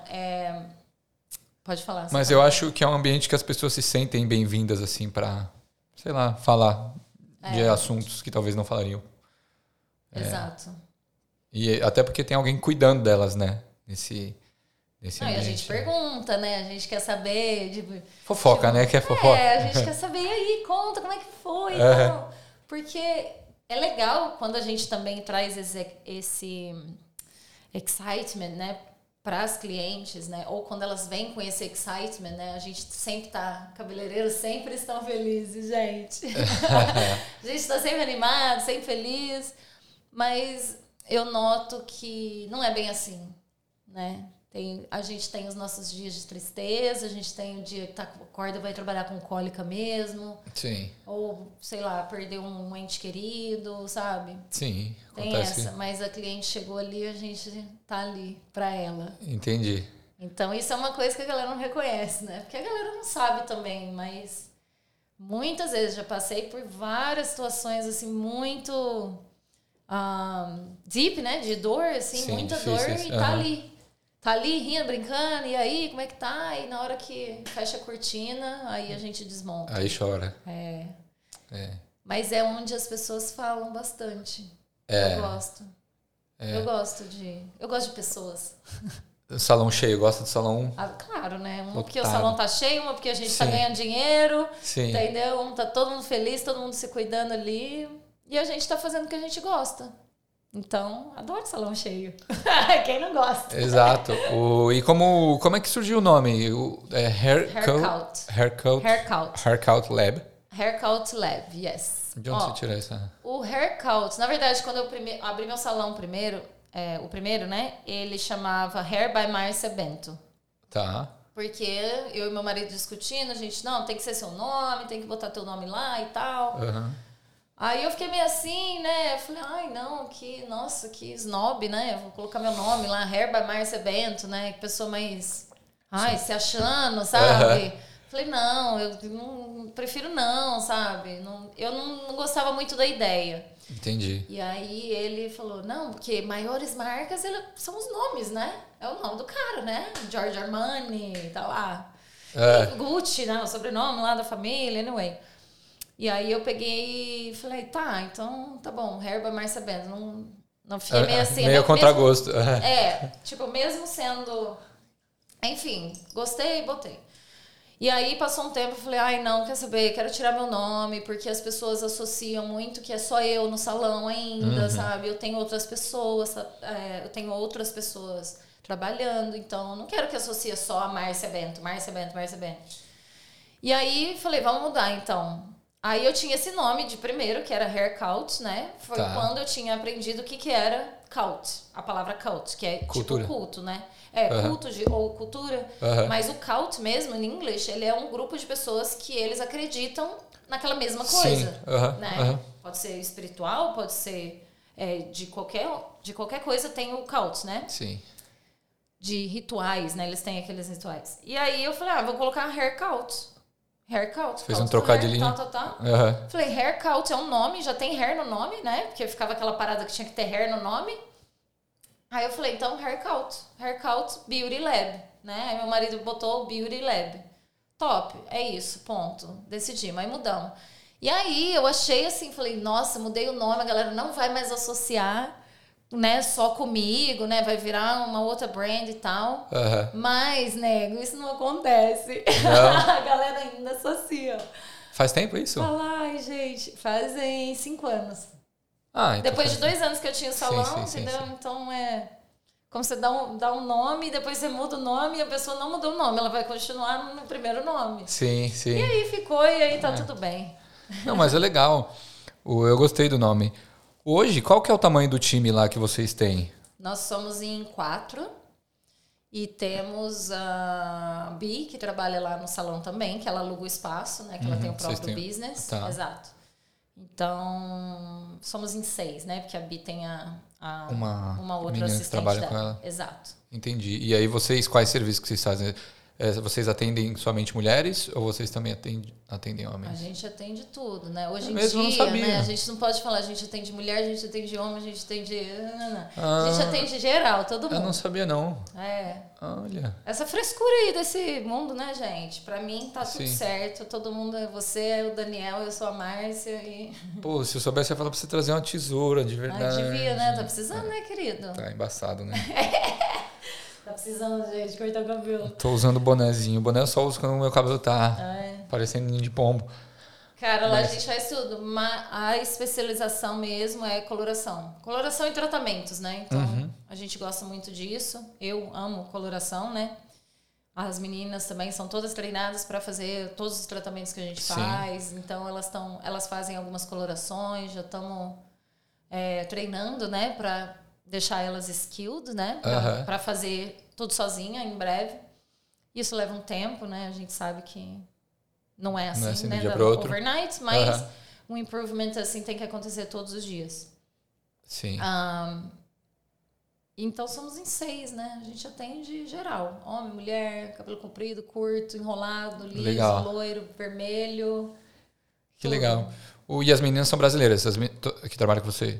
Pode falar. Mas eu acho que é um ambiente que as pessoas se sentem bem-vindas, assim, pra, sei lá, falar de assuntos que talvez não falariam. Exato. E até porque tem alguém cuidando delas, né? Nesse ambiente. E a gente pergunta, né? A gente quer saber... Fofoca, né? Que é fofoca. A gente quer saber, e aí, conta como é que foi. Então, porque é legal quando a gente também traz esse excitement, né? Para as clientes, né? Ou quando elas vêm com esse excitement, né? A gente sempre tá... Cabeleireiros sempre estão felizes, gente. A gente tá sempre animado, sempre feliz. Mas eu noto que não é bem assim. Né? A gente tem os nossos dias de tristeza, a gente tem o dia que acorda e vai trabalhar com cólica mesmo. Sim. Ou, sei lá, perder um ente querido, sabe? Sim, tem essa, mas a cliente chegou ali, a gente tá ali pra ela. Entendi. Então isso é uma coisa que a galera não reconhece, né? Porque a galera não sabe também, mas muitas vezes já passei por várias situações assim muito deep, né? De dor, assim, Sim, muita difíceis. dor e tá ali. Tá ali rindo, brincando, e aí, como é que tá? E na hora que fecha a cortina, aí a gente desmonta. Aí chora. É. Mas é onde as pessoas falam bastante. Eu gosto. Eu gosto de pessoas. Salão cheio, gosta do salão? Claro, né? Uma lotado. porque o salão tá cheio, uma porque a gente Sim. tá ganhando dinheiro. Sim. Entendeu? Tá todo mundo feliz, todo mundo se cuidando ali. E a gente tá fazendo o que a gente gosta. Então, adoro salão cheio. Quem não gosta? Exato. E como é que surgiu o nome? Haircut Lab. Haircut Lab, yes. De onde você tirou essa? O Haircut, na verdade, quando eu abri meu salão primeiro, o primeiro, né? Ele chamava Hair by Márcia Bento. Tá. Porque eu e meu marido discutindo, a gente, não, tem que ser seu nome, tem que botar teu nome lá e tal. Aí eu fiquei meio assim, né? Eu falei, ai, não, nossa, que snob, né? Eu vou colocar meu nome lá, Hair by Márcia Bento, né? Que pessoa mais, se achando, sabe? Falei, não, eu não, prefiro não, sabe? Eu não gostava muito da ideia. Entendi. E aí ele falou, não, porque maiores marcas são os nomes, né? É o nome do cara, né? Giorgio Armani, tá lá. Gucci, né? O sobrenome lá da família, anyway. E aí eu peguei e falei, tá, então tá bom, Hair by Márcia Bento. Não fiquei meio assim. Meio contra gosto. Tipo, mesmo sendo... Enfim, gostei, botei. E aí passou um tempo, eu falei, ai não, quer saber, quero tirar meu nome, porque as pessoas associam muito que é só eu no salão ainda, sabe? Eu tenho outras pessoas, trabalhando, então eu não quero que associe só a Márcia Bento. E aí falei, vamos mudar então. Aí eu tinha esse nome de primeiro, que era Haircut, né? Foi quando eu tinha aprendido o que era cult, a palavra cult, que é cultura. Tipo culto, né? Culto ou cultura, mas o cult mesmo, em inglês, ele é um grupo de pessoas que eles acreditam naquela mesma coisa, né? Pode ser espiritual, pode ser de qualquer coisa tem o cult, né? Sim. De rituais, né? Eles têm aqueles rituais. E aí eu falei, vou colocar Haircut. Fez um trocadilhinho. Falei, Haircut é um nome, já tem hair no nome, né? Porque ficava aquela parada que tinha que ter hair no nome. Aí eu falei, então Haircut Beauty Lab, né? Aí meu marido botou Beauty Lab. Top, é isso, ponto. Decidimos, aí mudamos. E aí eu achei assim, falei, nossa, mudei o nome, a galera não vai mais associar, né, só comigo, né? Vai virar uma outra brand e tal. Mas, nego, isso não acontece. Não. A galera ainda associa. Faz tempo isso? Ai, gente, fazem 5 anos. Então depois de 2 anos que eu tinha o salão, sim, entendeu? Sim. Então como você dá um nome, depois você muda o nome e a pessoa não mudou o nome, ela vai continuar no primeiro nome. Sim. E aí ficou, e aí tá tudo bem. Não, mas é legal. Eu gostei do nome. Hoje, qual que é o tamanho do time lá que vocês têm? Nós somos em 4 e temos a Bi, que trabalha lá no salão também, que ela aluga o espaço, né? Que ela tem o próprio business. Tá. Exato. Então, somos em 6, né? Porque a Bi tem uma outra assistente que trabalha dela. com ela. Exato. Entendi. E aí quais serviços que vocês fazem? Vocês atendem somente mulheres ou vocês também atendem homens? A gente atende tudo, né? Hoje em mesmo dia, não sabia. né? A gente não pode falar, a gente atende mulher, a gente atende homem, a gente atende... A gente atende geral, todo mundo. Eu não sabia, não. Olha. Essa frescura aí desse mundo, né, gente? Pra mim tá tudo certo, todo mundo é você, é o Daniel, eu sou a Márcia e... Pô, se eu soubesse, eu ia falar pra você trazer uma tesoura, de verdade. Devia, né? Tá precisando, né, querido? Tá embaçado, né? Tá precisando, gente, cortar o cabelo. Tô usando bonézinho. O boné eu só uso quando o meu cabelo tá parecendo ninho de pombo. Cara, lá a gente faz tudo. A especialização mesmo é coloração. Coloração e tratamentos, né? Então, a gente gosta muito disso. Eu amo coloração, né? As meninas também são todas treinadas para fazer todos os tratamentos que a gente faz. Então, elas fazem algumas colorações. Já estamos treinando, né? deixar elas skilled, né? Aham. Para fazer tudo sozinha em breve. Isso leva um tempo, né? A gente sabe que não é assim, do né? dia pro outro. Overnight, mas Aham. um improvement assim tem que acontecer todos os dias. Sim. Então somos em 6, né? A gente atende geral. Homem, mulher, cabelo comprido, curto, enrolado, liso, Legal. loiro, vermelho. Que tudo. legal. E as meninas são brasileiras, que trabalham com você?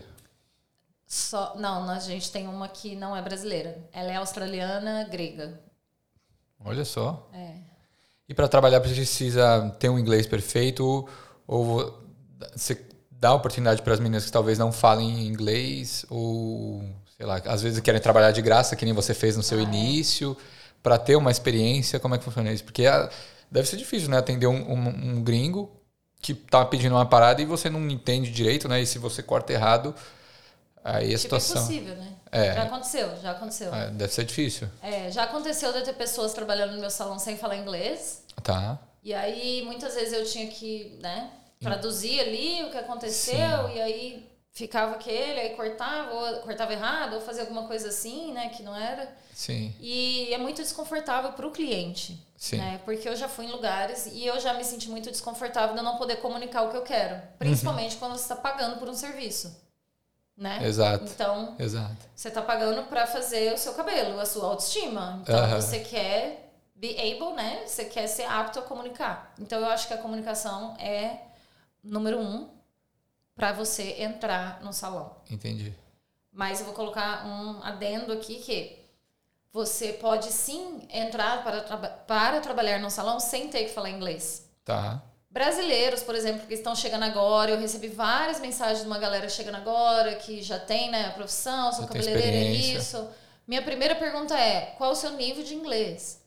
Não, a gente tem uma que não é brasileira. Ela é australiana, grega. Olha só. É. E para trabalhar precisa ter um inglês perfeito ou você dá oportunidade para as meninas que talvez não falem inglês ou, sei lá, às vezes querem trabalhar de graça, que nem você fez no seu início, para ter uma experiência? Como é que funciona isso? Porque deve ser difícil, né? Atender um gringo que tá pedindo uma parada e você não entende direito, né? E se você corta errado, aí a situação... impossível, né? É. Já aconteceu. Deve ser difícil. Já aconteceu de eu ter pessoas trabalhando no meu salão sem falar inglês. Tá. E aí, muitas vezes eu tinha que, né, traduzir ali o que aconteceu. Sim. E aí ficava aquele, aí cortava errado, ou fazia alguma coisa assim, né, que não era. Sim. E é muito desconfortável para o cliente. Sim. Né? Porque eu já fui em lugares e eu já me senti muito desconfortável de eu não poder comunicar o que eu quero. Principalmente quando você está pagando por um serviço. Né? Exato. Então, você está pagando para fazer o seu cabelo, a sua autoestima. Então, você quer be able, né? Você quer ser apto a comunicar. Então, eu acho que a comunicação é número 1 para você entrar no salão. Entendi. Mas eu vou colocar um adendo aqui que você pode sim entrar para trabalhar no salão sem ter que falar inglês. Tá. Brasileiros, por exemplo, que estão chegando agora, eu recebi várias mensagens de uma galera chegando agora, que já tem, né, a profissão, sou cabeleireira, isso. Minha primeira pergunta é, qual o seu nível de inglês?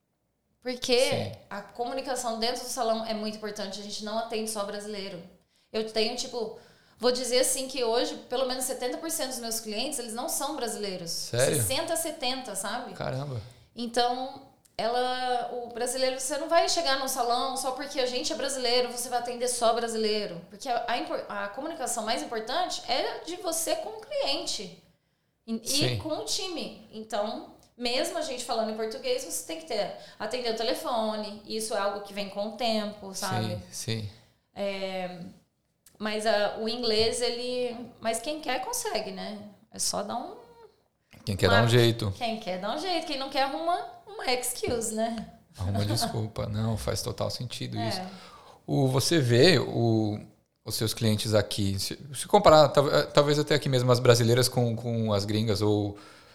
Porque a comunicação dentro do salão é muito importante, a gente não atende só brasileiro. Eu tenho, vou dizer assim que hoje, pelo menos 70% dos meus clientes, eles não são brasileiros. Sério? 60, 70, sabe? Caramba. Então... o brasileiro, você não vai chegar no salão só porque a gente é brasileiro, você vai atender só brasileiro. Porque a comunicação mais importante é de você com o cliente e com o time. Então, mesmo a gente falando em português, você tem que atender o telefone. Isso é algo que vem com o tempo, sabe? Sim. Mas o inglês, mas quem quer, consegue, né? É só dar um... Quem quer dar um jeito. Quem quer dá um jeito. Quem não quer arruma uma excuse, né? Arruma desculpa. Não, faz total sentido isso. Você vê os seus clientes aqui, se comparar, talvez até aqui mesmo, as brasileiras com as gringas, ou...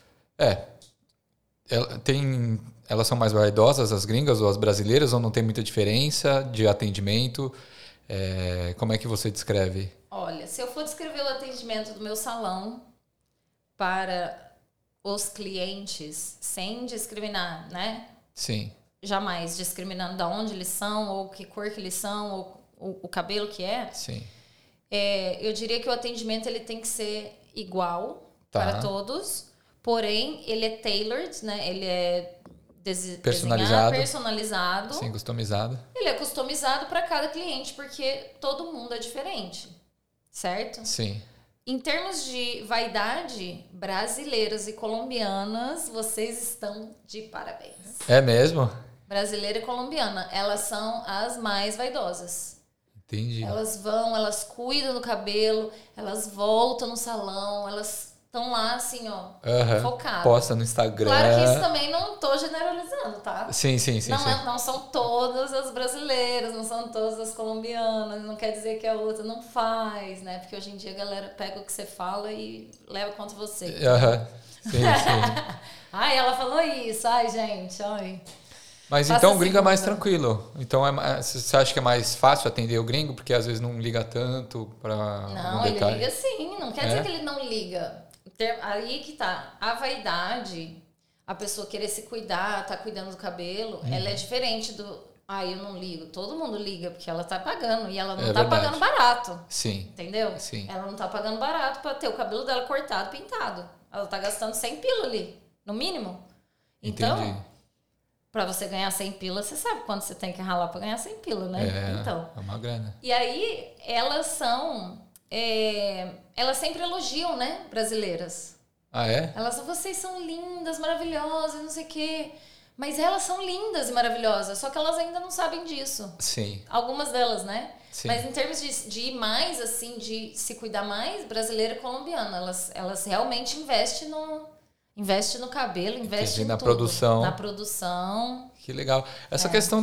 elas são mais vaidosas, as gringas ou as brasileiras, ou não tem muita diferença de atendimento? Como é que você descreve? Olha, se eu for descrever o atendimento do meu salão para os clientes, sem discriminar, né? Sim. Jamais discriminando de onde eles são, ou que cor que eles são, ou o cabelo que é. Sim. Eu diria que o atendimento ele tem que ser igual para todos, porém, ele é tailored, né? Ele é personalizado. Sim, customizado. Ele é customizado para cada cliente, porque todo mundo é diferente, certo? Sim. Em termos de vaidade, brasileiras e colombianas, vocês estão de parabéns. É mesmo? Brasileira e colombiana, elas são as mais vaidosas. Entendi. Elas cuidam do cabelo, elas voltam no salão, elas estão lá assim, ó, focadas. Posta no Instagram. Claro que isso também não tô generalizando, tá? Sim. Não são todas as brasileiras, não são todas as colombianas, não quer dizer que a outra não faz, né? Porque hoje em dia a galera pega o que você fala e leva contra você. Sim. Ai, ela falou isso. Ai, gente, ai. Mas então o gringo é mais tranquilo. Então você acha que é mais fácil atender o gringo? Porque às vezes não liga tanto para Não, ele liga sim. Não quer dizer que ele não liga. Aí que tá. A vaidade, a pessoa querer se cuidar, tá cuidando do cabelo, ela é diferente do... eu não ligo. Todo mundo liga, porque ela tá pagando. E ela não tá pagando barato. Sim. Entendeu? Sim. Ela não tá pagando barato pra ter o cabelo dela cortado, pintado. Ela tá gastando 100 pila ali, no mínimo. Então... Entendi. Pra você ganhar 100 pila, você sabe quanto você tem que ralar pra ganhar 100 pila, né? Então, é uma grana. E aí, elas são... elas sempre elogiam, né? Brasileiras. Ah, é? Elas falam, vocês são lindas, maravilhosas, não sei o quê. Mas elas são lindas e maravilhosas, só que elas ainda não sabem disso. Sim. Algumas delas, né? Sim. Mas em termos de ir mais, assim, de se cuidar mais, brasileira e colombiana, elas realmente investem no cabelo, investem em na tudo. produção. Na produção. Que legal. Essa questão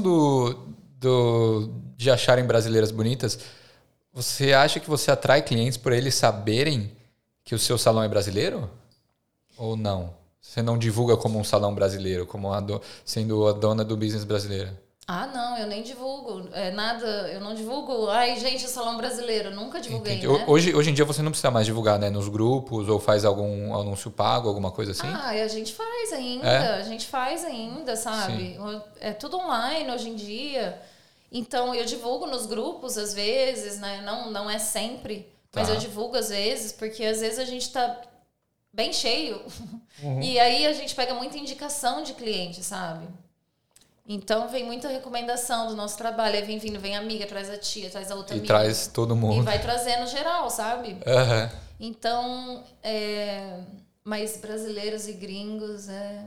de acharem brasileiras bonitas, você acha que você atrai clientes por eles saberem que o seu salão é brasileiro? Ou não? Você não divulga como um salão brasileiro, como sendo a dona do business brasileiro? Ah, não, eu nem divulgo. Nada, eu não divulgo. Ai, gente, salão brasileiro. Nunca divulguei, né? Hoje em dia você não precisa mais divulgar, né? Nos grupos ou faz algum anúncio pago, alguma coisa assim? Ah, a gente faz ainda. A gente faz ainda, sabe? Sim. É tudo online hoje em dia. Então, eu divulgo nos grupos às vezes, né? Não é sempre. Mas eu divulgo às vezes, porque às vezes a gente tá bem cheio. Uhum. E aí a gente pega muita indicação de cliente, sabe? Então vem muita recomendação do nosso trabalho. Aí vem amiga, traz a tia, traz a outra amiga. E traz todo mundo. E vai trazendo geral, sabe? Uhum. Então, mas brasileiros e gringos,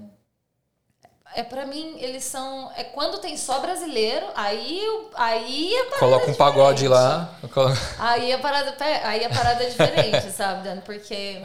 pra mim, eles são... quando tem só brasileiro, aí a parada coloca um pagode lá. Aí a parada é diferente, sabe, Dani? Porque...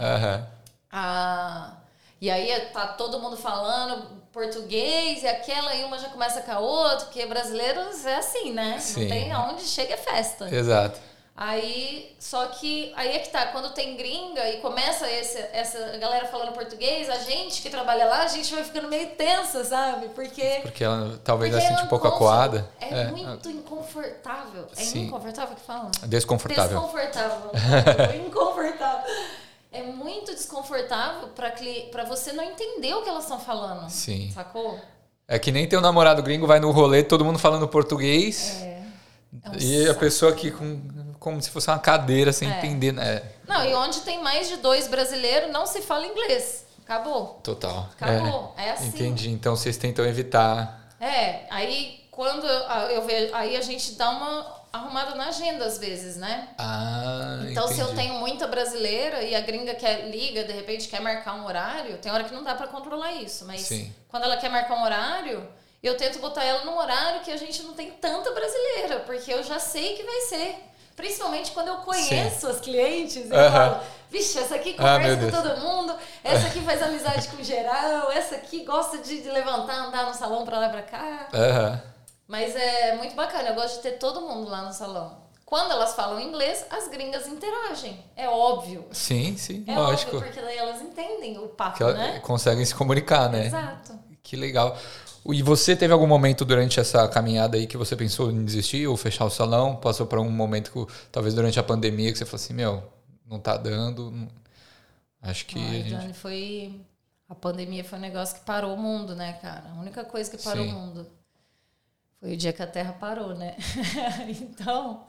E aí tá todo mundo falando português e aquela e uma já começa com a outra, porque brasileiros é assim, né? Sim. Não tem aonde chega é festa. Exato. Aí, só que, aí é que tá, quando tem gringa e começa essa galera falando português, a gente que trabalha lá, a gente vai ficando meio tensa, sabe? Porque ela talvez ela sente um pouco acuada. É muito inconfortável. Sim. Inconfortável que fala? Desconfortável. Inconfortável. É muito desconfortável pra você não entender o que elas estão falando. Sim. Sacou? É que nem teu namorado gringo vai no rolê, todo mundo falando português. E a pessoa aqui como se fosse uma cadeira sem entender, né? Não, e onde tem mais de 2 brasileiros, não se fala inglês. Acabou. Total. Acabou. É assim. Entendi. Então vocês tentam evitar. Aí quando eu vejo, aí a gente dá uma arrumada na agenda às vezes, né? Então entendi. Se eu tenho muita brasileira e a gringa liga, de repente quer marcar um horário, tem hora que não dá pra controlar isso, mas quando ela quer marcar um horário, eu tento botar ela num horário que a gente não tem tanta brasileira, porque eu já sei que vai ser. Principalmente quando eu conheço as clientes, eu falo, vixe, essa aqui conversa com todo mundo, essa aqui faz amizade com geral, essa aqui gosta de levantar, andar no salão pra lá e pra cá. Mas é muito bacana, eu gosto de ter todo mundo lá no salão. Quando elas falam inglês, as gringas interagem. É óbvio. Sim, é lógico. Óbvio, porque daí elas entendem o papo, que né? Conseguem se comunicar, né? Exato. Que legal. E você teve algum momento durante essa caminhada aí que você pensou em desistir ou fechar o salão? Passou por um momento, talvez durante a pandemia, que você falou assim, não tá dando. Acho que a pandemia foi um negócio que parou o mundo, né, cara? A única coisa que parou o mundo. Foi o dia que a Terra parou, né? Então,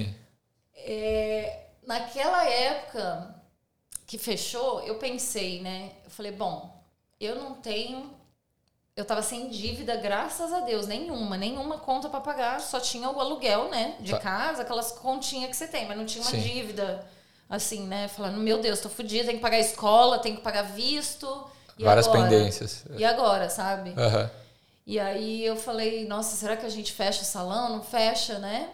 naquela época que fechou, eu pensei, né? Eu falei, bom, eu tava sem dívida, graças a Deus, nenhuma conta pra pagar, só tinha o aluguel, né? De casa, aquelas continhas que você tem, mas não tinha uma dívida, assim, né? Falando, meu Deus, tô fodida, tenho que pagar escola, tenho que pagar visto. E várias agora? pendências. E agora, sabe? E aí eu falei, nossa, será que a gente fecha o salão? Não fecha, né?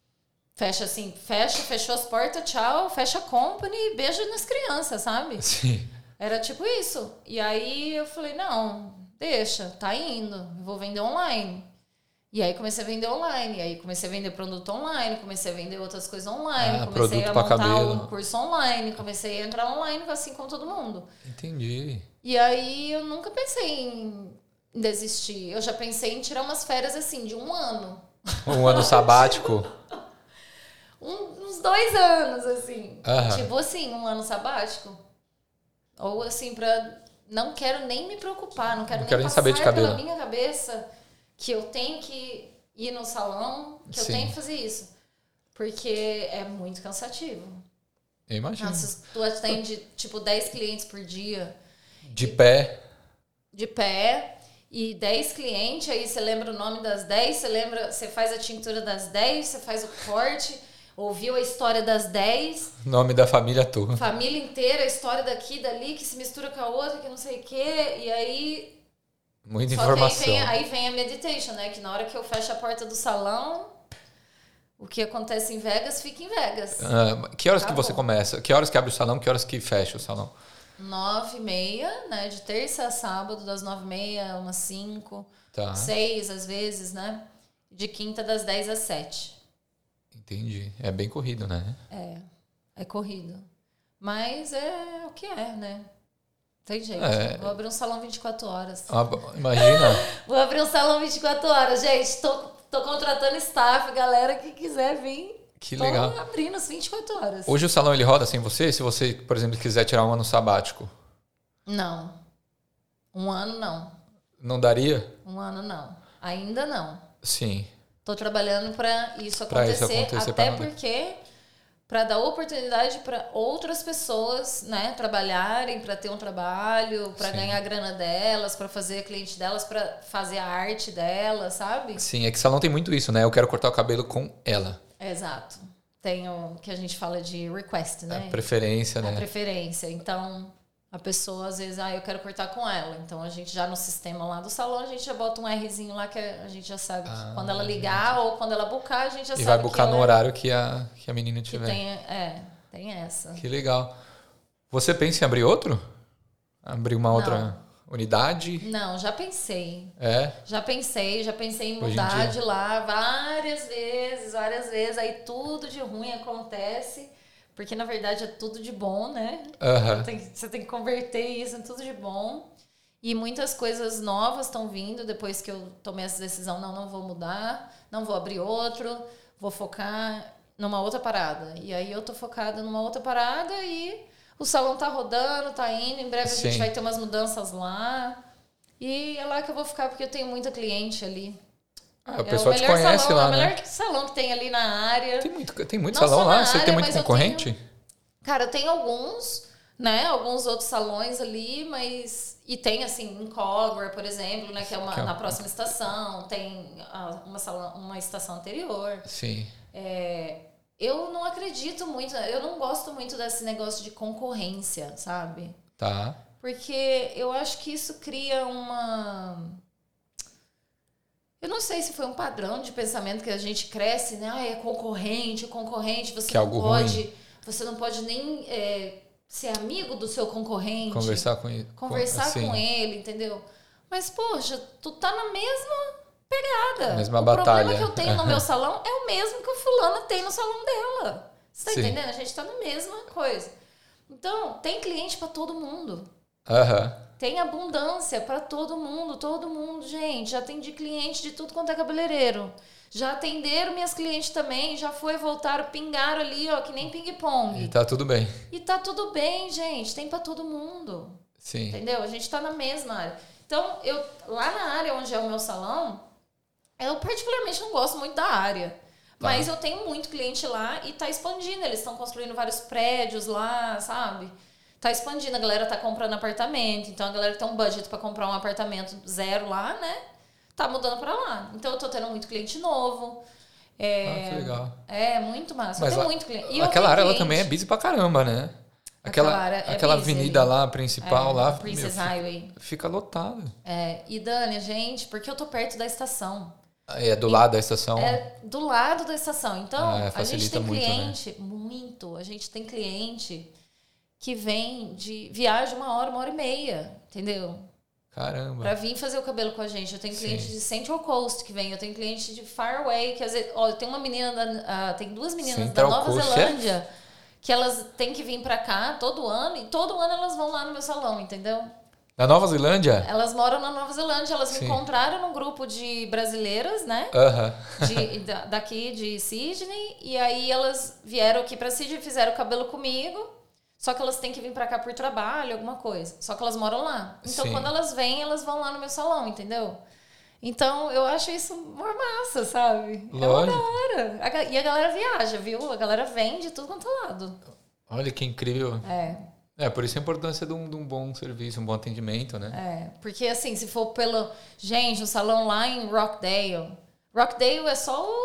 Fechou as portas, tchau, fecha a company, beijo nas crianças, sabe? Sim. Era tipo isso. E aí eu falei, não, deixa, tá indo, vou vender online. E aí comecei a vender online, e aí comecei a vender produto online, comecei a vender outras coisas online, comecei a montar um curso online, comecei a entrar online assim como todo mundo. Entendi. E aí eu nunca pensei em desistir. Eu já pensei em tirar umas férias assim, de 1 ano. Um ano sabático? Uns 2 anos, assim. Tipo assim, 1 ano sabático. Ou assim, não quero nem me preocupar, não quero nem saber de cabelo. Pela minha cabeça que eu tenho que ir no salão, que eu tenho que fazer isso. Porque é muito cansativo. Eu imagino. Nossa, tu atende, tipo, 10 clientes por dia. De pé. E 10 clientes, aí você lembra o nome das 10, você faz a tintura das 10, você faz o corte, ouviu a história das 10. Nome da família toda. Família inteira, a história daqui, dali, que se mistura com a outra, que não sei o quê. E aí... Muita informação. Aí vem a meditation, né? Que na hora que eu fecho a porta do salão, o que acontece em Vegas, fica em Vegas. Que horas que você começa? Que horas que abre o salão? Que horas que fecha o salão? 9h30, né? De terça a sábado, das 9h30, umas 5. Tá. 6, às vezes, né? De quinta, das 10 às 7. Entendi. É bem corrido, né? É corrido. Mas é o que é, né? Tem jeito. Vou abrir um salão 24 horas. Imagina. Vou abrir um salão 24 horas. Gente, tô contratando staff, galera que quiser vir. Que legal. Tô abrindo as 24 horas. Hoje o salão ele roda sem você? Se você, por exemplo, quiser tirar um ano sabático? Não. Um ano não. Não daria? Um ano não. Ainda não. Sim. Tô trabalhando para isso acontecer, até porque para dar oportunidade para outras pessoas, né, trabalharem, para ter um trabalho, para ganhar a grana delas, para fazer a cliente delas, para fazer a arte delas, sabe? Sim, é que salão tem muito isso, né? Eu quero cortar o cabelo com ela. Exato. Tem o que a gente fala de request, né? A preferência, né? A preferência. Então, a pessoa, às vezes, eu quero cortar com ela. Então, a gente já no sistema lá do salão, a gente já bota um Rzinho lá que a gente já sabe que quando ela ligar ou quando ela bucar, a gente já sabe. E vai bucar no horário que a menina tiver. Tem essa. Que legal. Você pensa em abrir outro? Abrir uma outra unidade? Não, já pensei. Já pensei em mudar de lá várias vezes. Aí tudo de ruim acontece. Porque, na verdade, é tudo de bom, né? Você tem que converter isso em tudo de bom. E muitas coisas novas estão vindo depois que eu tomei essa decisão. Não vou mudar, não vou abrir outro, vou focar numa outra parada. E aí eu tô focada numa outra parada e o salão tá rodando, tá indo. Em breve a gente vai ter umas mudanças lá. E é lá que eu vou ficar, porque eu tenho muita cliente ali. O pessoal te conhece salão, lá, né? É o né? melhor salão que tem ali na área. Tem muito salão lá? Você tem muito concorrente? Cara, eu tenho alguns, né? Alguns outros salões ali, mas... E tem, assim, em Cogor, por exemplo, né? Que é na próxima estação. Tem uma estação anterior. Sim. Eu não acredito muito... Eu não gosto muito desse negócio de concorrência, sabe? Tá. Porque eu acho que isso cria uma... Eu não sei se foi um padrão de pensamento que a gente cresce, né? É concorrente, você não pode... Ruim. Você não pode nem ser amigo do seu concorrente. Conversar com ele. Com ele, entendeu? Mas, poxa, tu tá na mesma pegada. Mesma batalha. O problema que eu tenho no meu salão é o mesmo que o fulano tem no salão dela. Você tá entendendo? A gente tá na mesma coisa. Então, tem cliente pra todo mundo. Tem abundância para todo mundo, gente. Já atendi cliente de tudo quanto é cabeleireiro. Já atenderam minhas clientes também, voltaram, pingaram ali, ó, que nem ping-pong. E tá tudo bem. E tá tudo bem, gente. Tem para todo mundo. Sim. Entendeu? A gente tá na mesma área. Então, lá na área onde é o meu salão, eu particularmente não gosto muito da área. Mas eu tenho muito cliente lá e tá expandindo. Eles estão construindo vários prédios lá, sabe? Tá expandindo, a galera tá comprando apartamento, então a galera tem um budget para comprar um apartamento 0 lá, né? Tá mudando para lá. Então eu tô tendo muito cliente novo. Que legal. Muito massa. Mas eu tenho muito cliente. E aquela área ela também é busy pra caramba, né? Aquela avenida ali, lá, principal lá. Princess Highway. Fica lotado. E Dani, gente, porque eu tô perto da estação. É do lado da estação? É do lado da estação. Então, a gente tem muito, cliente, né? A gente tem cliente que vem viaja 1h, 1h30, entendeu? Caramba. Pra vir fazer o cabelo com a gente. Eu tenho cliente de Central Coast que vem, eu tenho cliente de Far Away, que às vezes, tem uma menina, tem 2 meninas Central da Nova Coast, Zelândia que elas têm que vir pra cá todo ano, e todo ano elas vão lá no meu salão, entendeu? Na Nova Zelândia? Elas moram na Nova Zelândia, elas me encontraram num grupo de brasileiras, né? Daqui de Sydney, e aí elas vieram aqui pra Sydney, fizeram o cabelo comigo. Só que elas têm que vir pra cá por trabalho, alguma coisa. Só que elas moram lá. Então, quando elas vêm, elas vão lá no meu salão, entendeu? Então, eu acho isso uma massa, sabe? Lógico. É uma da hora. E a galera viaja, viu? A galera vem de tudo quanto é lado. Olha que incrível. Por isso a importância de um bom serviço, um bom atendimento, né? Porque assim, se for pelo... Gente, o salão lá em Rockdale... Rockdale é só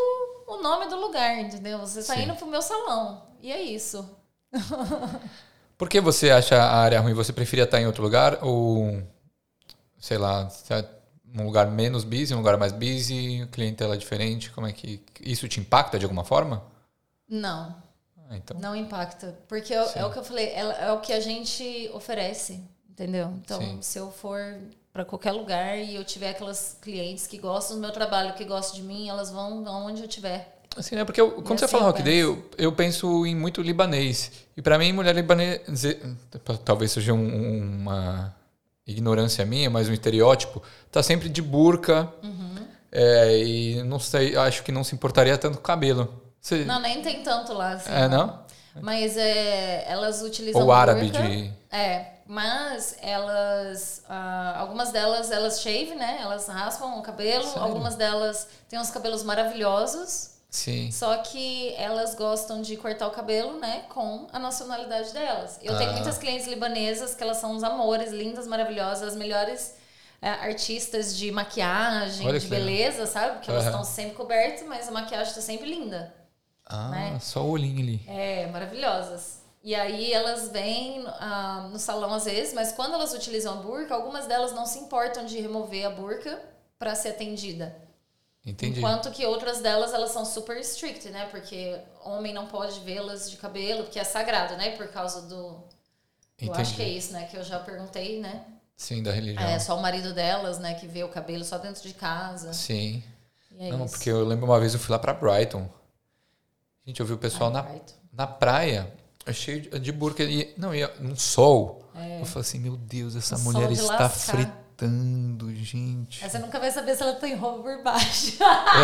o nome do lugar, entendeu? Você está Sim. indo pro meu salão. E é isso. Por que você acha a área ruim? Você preferia estar em outro lugar? Ou, sei lá, um lugar menos busy, um lugar mais busy, clientela diferente? Como é que isso te impacta de alguma forma? Não. Então. Não impacta. Porque é o que eu falei, é o que a gente oferece, entendeu? Então, Sim. se eu for para qualquer lugar e eu tiver aquelas clientes que gostam do meu trabalho, que gostam de mim, elas vão aonde eu estiver. Assim, né? Porque quando você fala Rock Day, eu penso em muito libanês. E pra mim, mulher libanesa, talvez seja uma ignorância minha, mas um estereótipo, tá sempre de burca. E não sei, acho que não se importaria tanto com o cabelo. Você... Não, nem tem tanto lá. Assim, não? Mas elas utilizam ou árabe burca. de... Mas elas... algumas delas, elas shave, né? Elas raspam o cabelo. Sério? Algumas delas têm uns cabelos maravilhosos. Sim. Só que elas gostam de cortar o cabelo, né? Com a nacionalidade delas. Eu tenho muitas clientes libanesas que elas são uns amores, lindas, maravilhosas. As melhores artistas de maquiagem, de beleza, sabe? Porque elas estão sempre cobertas, mas a maquiagem está sempre linda. Né? Só o olhinho ali. Maravilhosas. E aí elas vêm no salão às vezes, mas quando elas utilizam a burca, algumas delas não se importam de remover a burca para ser atendida. Entendi. Enquanto que outras delas, elas são super strict, né? Porque homem não pode vê-las de cabelo, porque é sagrado, né? Por causa do... Eu acho que é isso, né? Que eu já perguntei, né? Sim, da religião. É só o marido delas, né? Que vê o cabelo só dentro de casa. Sim. E não, isso. porque eu lembro uma vez eu fui lá pra Brighton. Gente, eu vi o pessoal na praia, cheio de burca. E ia num sol. Eu falei assim, meu Deus, essa mulher está fritando, gente. Mas você nunca vai saber se ela tem roupa por baixo.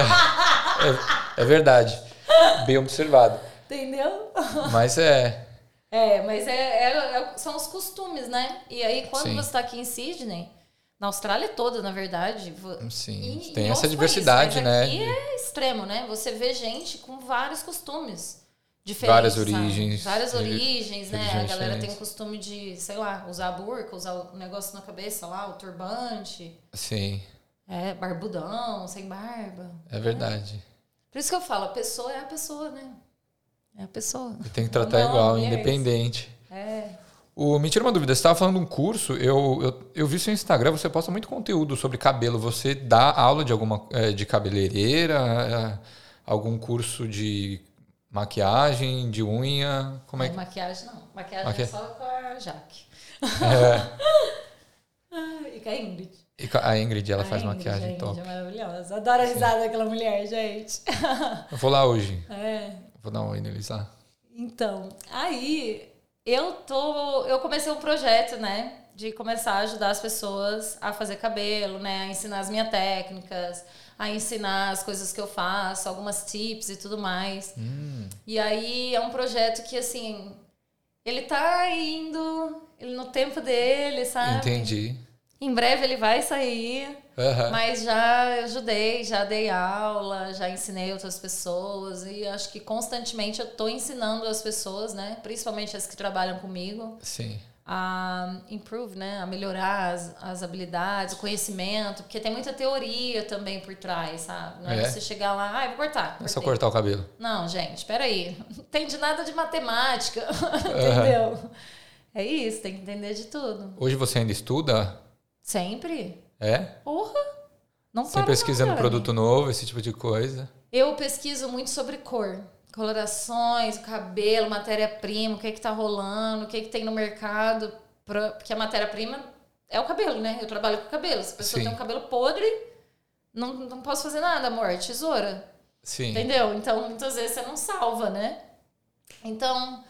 É verdade. Bem observado. Entendeu? Mas mas são os costumes, né? E aí, quando você está aqui em Sydney, na Austrália toda, na verdade... Sim, tem essa diversidade, países, né? Aqui é extremo, né? Você vê gente com vários costumes diferentes. Várias origens, né? A galera tem o costume de, sei lá, usar a burca, usar o negócio na cabeça lá, o turbante. Sim. Barbudão, sem barba. É verdade. Por isso que eu falo, a pessoa é a pessoa, né? É a pessoa. E tem que tratar igual, independente. Me tira uma dúvida, você estava falando de um curso, eu vi seu Instagram, você posta muito conteúdo sobre cabelo. Você dá aula de cabeleireira, algum curso de maquiagem, de unha? Como é que... Maquiagem não. Maquiagem é só com a Jaque. E com a Ingrid. E a Ingrid, ela faz maquiagem top. A Ingrid é maravilhosa. Adoro a risada daquela mulher, gente. Eu vou lá hoje. Vou dar um oi neles lá. Então, aí eu comecei um projeto, né? De começar a ajudar as pessoas a fazer cabelo, né? A ensinar as minhas técnicas, a ensinar as coisas que eu faço, algumas tips e tudo mais. E aí é um projeto que, assim, ele tá indo no tempo dele, sabe? Entendi. Em breve ele vai sair, mas já ajudei, já dei aula, já ensinei outras pessoas e acho que constantemente eu tô ensinando as pessoas, né? Principalmente as que trabalham comigo. Sim. A improve, né? A melhorar as habilidades, o conhecimento, porque tem muita teoria também por trás, sabe? Não é você chegar lá, vou cortar. É só cortar o cabelo. Não, gente, peraí. Não entende nada de matemática, entendeu? É isso, tem que entender de tudo. Hoje você ainda estuda? Sempre. Porra! Não Sempre pesquisando produto novo, esse tipo de coisa? Eu pesquiso muito sobre cor. Colorações, o cabelo, matéria-prima, o que tá rolando, o que tem no mercado. Porque a matéria-prima é o cabelo, né? Eu trabalho com cabelo. Se a pessoa tem um cabelo podre, não posso fazer nada, amor. É tesoura. Sim. Entendeu? Então, muitas vezes você não salva, né? Então,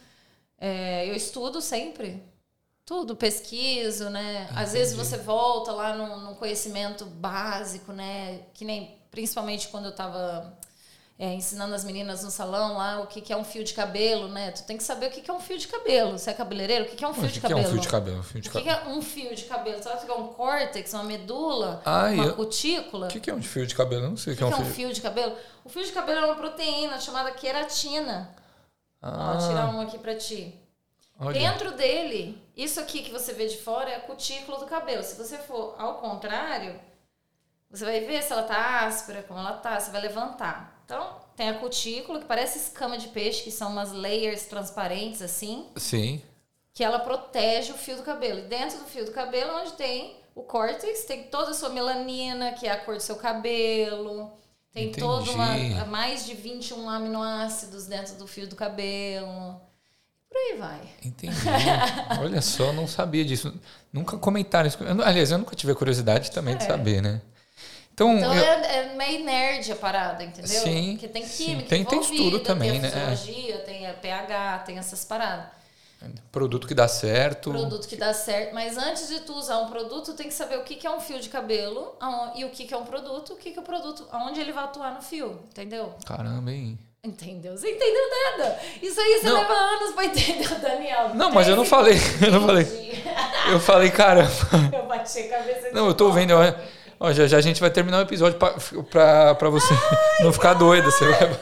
eu estudo sempre. Tudo, pesquiso, né? Entendi. Às vezes você volta lá no conhecimento básico, né? Que nem, principalmente quando eu tava ensinando as meninas no salão lá o que é um fio de cabelo, né? Tu tem que saber o que é um fio de cabelo. Você é cabeleireiro? O que é um fio de cabelo? O que é um fio de cabelo? O que é um fio de cabelo? Sabe o que é um córtex, uma medula, cutícula? O que é um fio de cabelo? Eu não sei o que é um fio de cabelo. O fio de cabelo é uma proteína chamada queratina. Ó, vou tirar um aqui pra ti. Olha. Dentro dele, isso aqui que você vê de fora é a cutícula do cabelo. Se você for ao contrário, você vai ver se ela tá áspera, como ela tá, você vai levantar. Então, tem a cutícula, que parece escama de peixe, que são umas layers transparentes, assim. Sim. Que ela protege o fio do cabelo. E dentro do fio do cabelo, onde tem o córtex, tem toda a sua melanina, que é a cor do seu cabelo. Tem mais de 21 aminoácidos dentro do fio do cabelo. Por aí vai. Entendi. Olha só, não sabia disso. Nunca comentaram isso. Aliás, eu nunca tive a curiosidade também de saber, né? Então é meio nerd a parada, entendeu? Sim. Porque tem química, tem estudo também, tem a fisiologia, tem a pH, tem essas paradas. Produto que dá certo. Mas antes de tu usar um produto, tem que saber o que é um fio de cabelo e o que é um produto, aonde ele vai atuar no fio, entendeu? Caramba, hein? Entendeu? Você entendeu nada. Isso aí você leva anos pra entender, Daniel. Não, mas eu não falei. Eu falei, caramba. Eu bati a cabeça. Não, eu tô vendo. Ó, já a gente vai terminar o episódio pra você não ficar doida. Você vai...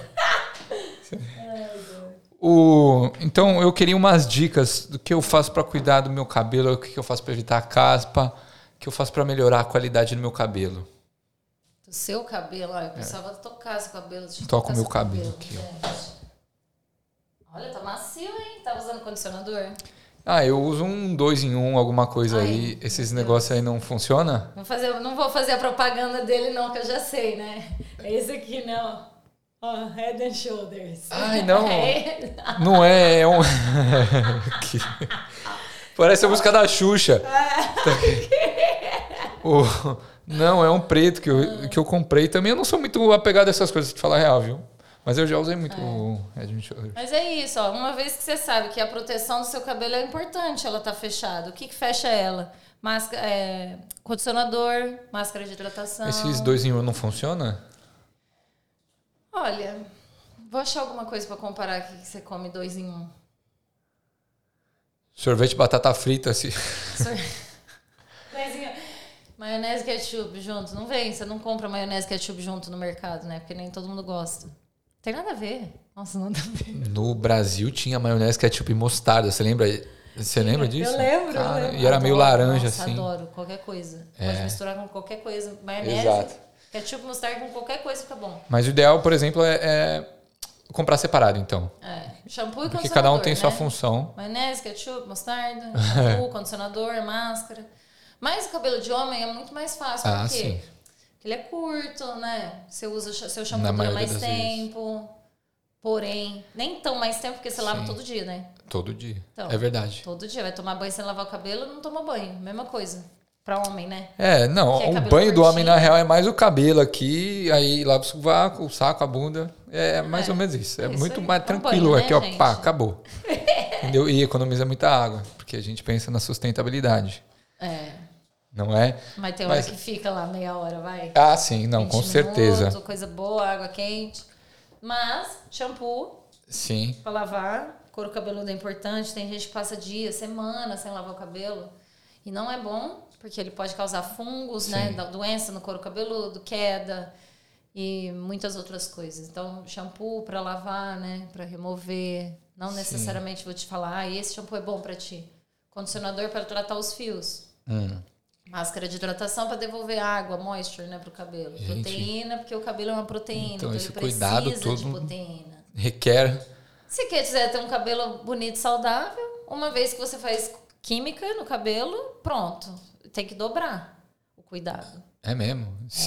Então, eu queria umas dicas do que eu faço pra cuidar do meu cabelo, o que eu faço pra evitar a caspa, o que eu faço pra melhorar a qualidade do meu cabelo. Do seu cabelo? Olha, eu precisava tocar seu cabelo. Toca o meu cabelo aqui, ó. Olha, tá macio, hein? Tá usando condicionador? Eu uso um 2 em 1, alguma coisa aí. Esses negócios aí não funcionam? Não vou fazer a propaganda dele, não, que eu já sei, né? É esse aqui, não. Head and Shoulders. Ai, não. Não é um... Parece a música da Xuxa. Não, é um preto que eu comprei. Também eu não sou muito apegado a essas coisas, pra te falar a real, viu? Mas eu já usei muito o Head and Shoulders. Mas é isso, ó. Uma vez que você sabe que a proteção do seu cabelo é importante, ela tá fechada. O que fecha ela? Condicionador, máscara de hidratação. Esses 2 em 1 não funcionam? Olha, vou achar alguma coisa pra comparar aqui que você come 2 em 1. Sorvete de batata frita, assim. Maionese e ketchup junto. Não vem, você não compra maionese e ketchup junto no mercado, né? Porque nem todo mundo gosta. Tem nada a ver. Nossa, nada a ver. No Brasil tinha maionese, ketchup e mostarda. Você lembra disso? Eu lembro. E era meio laranja, assim. Adoro qualquer coisa. Pode misturar com qualquer coisa. Maionese, exato. Ketchup, mostarda, com qualquer coisa fica bom. Mas o ideal, por exemplo, é comprar separado, então. Shampoo e condicionador, porque cada um tem sua função. Maionese, ketchup, mostarda, shampoo, condicionador, máscara. Mas o cabelo de homem é muito mais fácil. Por quê? Sim. Ele é curto, né? Você usa seu shampoo dura mais tempo. Vezes. Porém, nem tão mais tempo, porque você lava todo dia, né? Todo dia. Então, é verdade. Todo dia. Vai tomar banho sem lavar o cabelo, não toma banho. Mesma coisa. Pra homem, né? O banho do homem, na real, é mais o cabelo aqui, aí lava o sovaco, o saco, a bunda. É mais ou menos isso. É muito mais tranquilo. Banho, aqui, né, ó, pá, acabou. Entendeu? E economiza muita água, porque a gente pensa na sustentabilidade. Não é? Mas tem hora que fica lá meia hora, vai. Sim, não, com certeza. Coisa boa, água quente. Mas, shampoo. Sim. Pra lavar. Couro cabeludo é importante. Tem gente que passa dias, semanas sem lavar o cabelo. E não é bom, porque ele pode causar fungos, né? Doença no couro cabeludo, queda e muitas outras coisas. Então, shampoo pra lavar, né? Pra remover. Não necessariamente vou te falar, esse shampoo é bom pra ti. Condicionador para tratar os fios. Máscara de hidratação para devolver água, moisture, né, pro cabelo. Gente, proteína, porque o cabelo é uma proteína, então esse ele cuidado precisa todo de proteína. Requer. Se quiser ter um cabelo bonito e saudável, uma vez que você faz química no cabelo, pronto. Tem que dobrar o cuidado. É mesmo?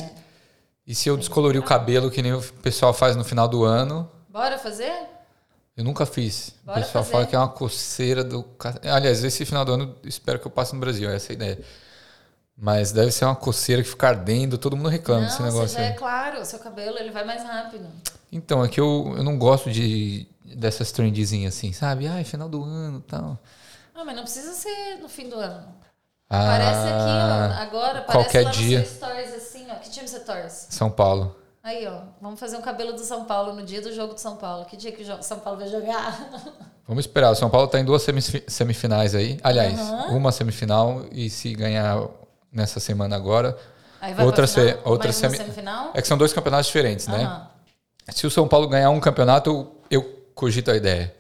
E se eu descolorir o cabelo, que nem o pessoal faz no final do ano? Bora fazer? Eu nunca fiz. Bora o pessoal fala que é uma coceira do... Aliás, esse final do ano espero que eu passe no Brasil, essa é a ideia. Mas deve ser uma coceira que fica ardendo, todo mundo reclama desse negócio aí. Claro, o seu cabelo ele vai mais rápido. Então, é que eu não gosto dessas trendzinhas assim, sabe? Final do ano e tal. Mas não precisa ser no fim do ano. Aparece aqui, ó. Agora aparece qualquer lá dia. No seu stories assim, ó. Que time você torce? São Paulo. Aí, ó. Vamos fazer um cabelo do São Paulo no dia do jogo do São Paulo. Que dia que o São Paulo vai jogar? Vamos esperar. O São Paulo tá em 2 semifinais aí. Aliás, uma semifinal e se ganhar nessa semana agora, aí vai outra semifinal? É que são 2 campeonatos diferentes, né? Se o São Paulo ganhar um campeonato, eu cogito a ideia.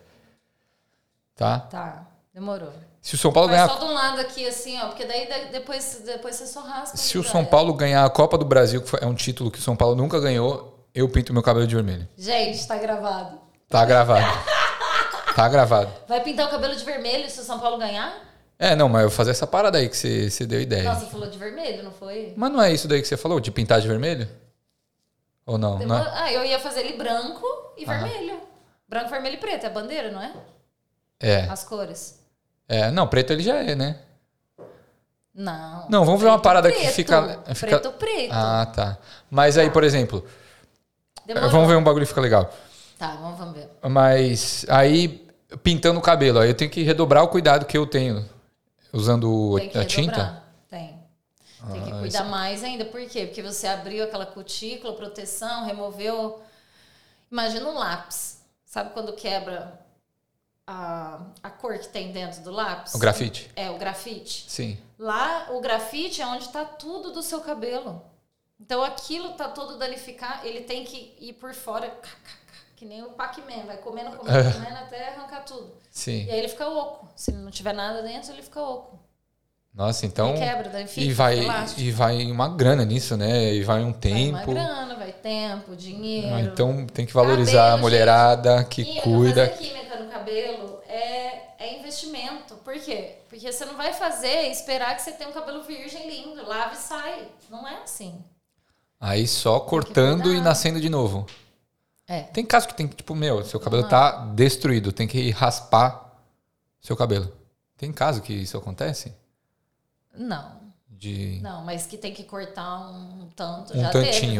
Tá, demorou. Se o São Paulo ganhar... só de um lado aqui, assim, ó, porque daí depois você só raspa. Se o São Paulo ganhar a Copa do Brasil, que é um título que o São Paulo nunca ganhou, Eu pinto meu cabelo de vermelho. Gente, tá gravado. Tá gravado. Tá gravado. Vai pintar o cabelo de vermelho se o São Paulo ganhar? Não, mas eu vou fazer essa parada aí que você deu ideia. Nossa, você falou de vermelho, não foi? Mas não é isso daí que você falou, de pintar de vermelho? Ou não? Não é? Eu ia fazer ele branco e vermelho. Branco, vermelho e preto, é a bandeira, não é? É. As cores. Não, preto ele já é, né? Não. Não, vamos ver uma parada que fica... Preto. Ah, tá. Mas aí, por exemplo... Demorou. Vamos ver um bagulho que fica legal. Tá, vamos ver. Mas aí, pintando o cabelo, aí eu tenho que redobrar o cuidado que eu tenho usando a tinta? Tem que cuidar mais ainda. Por quê? Porque você abriu aquela cutícula, proteção, removeu... Imagina um lápis. Sabe quando quebra a cor que tem dentro do lápis? O grafite? O grafite. Sim. Lá, o grafite é onde está tudo do seu cabelo. Então, aquilo tá todo danificado. Ele tem que ir por fora, que nem o Pac-Man. Vai comendo até arrancar tudo. Sim. E aí ele fica oco. Se não tiver nada dentro, ele fica oco. Nossa, então... Ele quebra, danifica, e vai uma grana nisso, né? E vai um tempo. Vai uma grana, vai tempo, dinheiro. Então, tem que valorizar cabelo, a mulherada gente, que cuida. Fazer química no cabelo é investimento. Por quê? Porque você não vai fazer e esperar que você tenha um cabelo virgem lindo. Lava e sai. Não é assim. Aí só cortando e nascendo de novo. Tem caso que tem que, tipo, seu cabelo tá destruído, tem que raspar seu cabelo. Tem caso que isso acontece? Não. Não, mas que tem que cortar um tanto. Já teve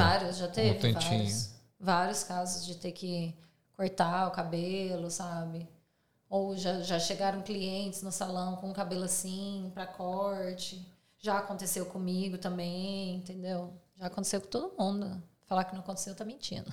vários casos de ter que cortar o cabelo, sabe? Ou já chegaram clientes no salão com o cabelo assim, pra corte. Já aconteceu comigo também, entendeu? Já aconteceu com todo mundo. Falar que não aconteceu, tá mentindo.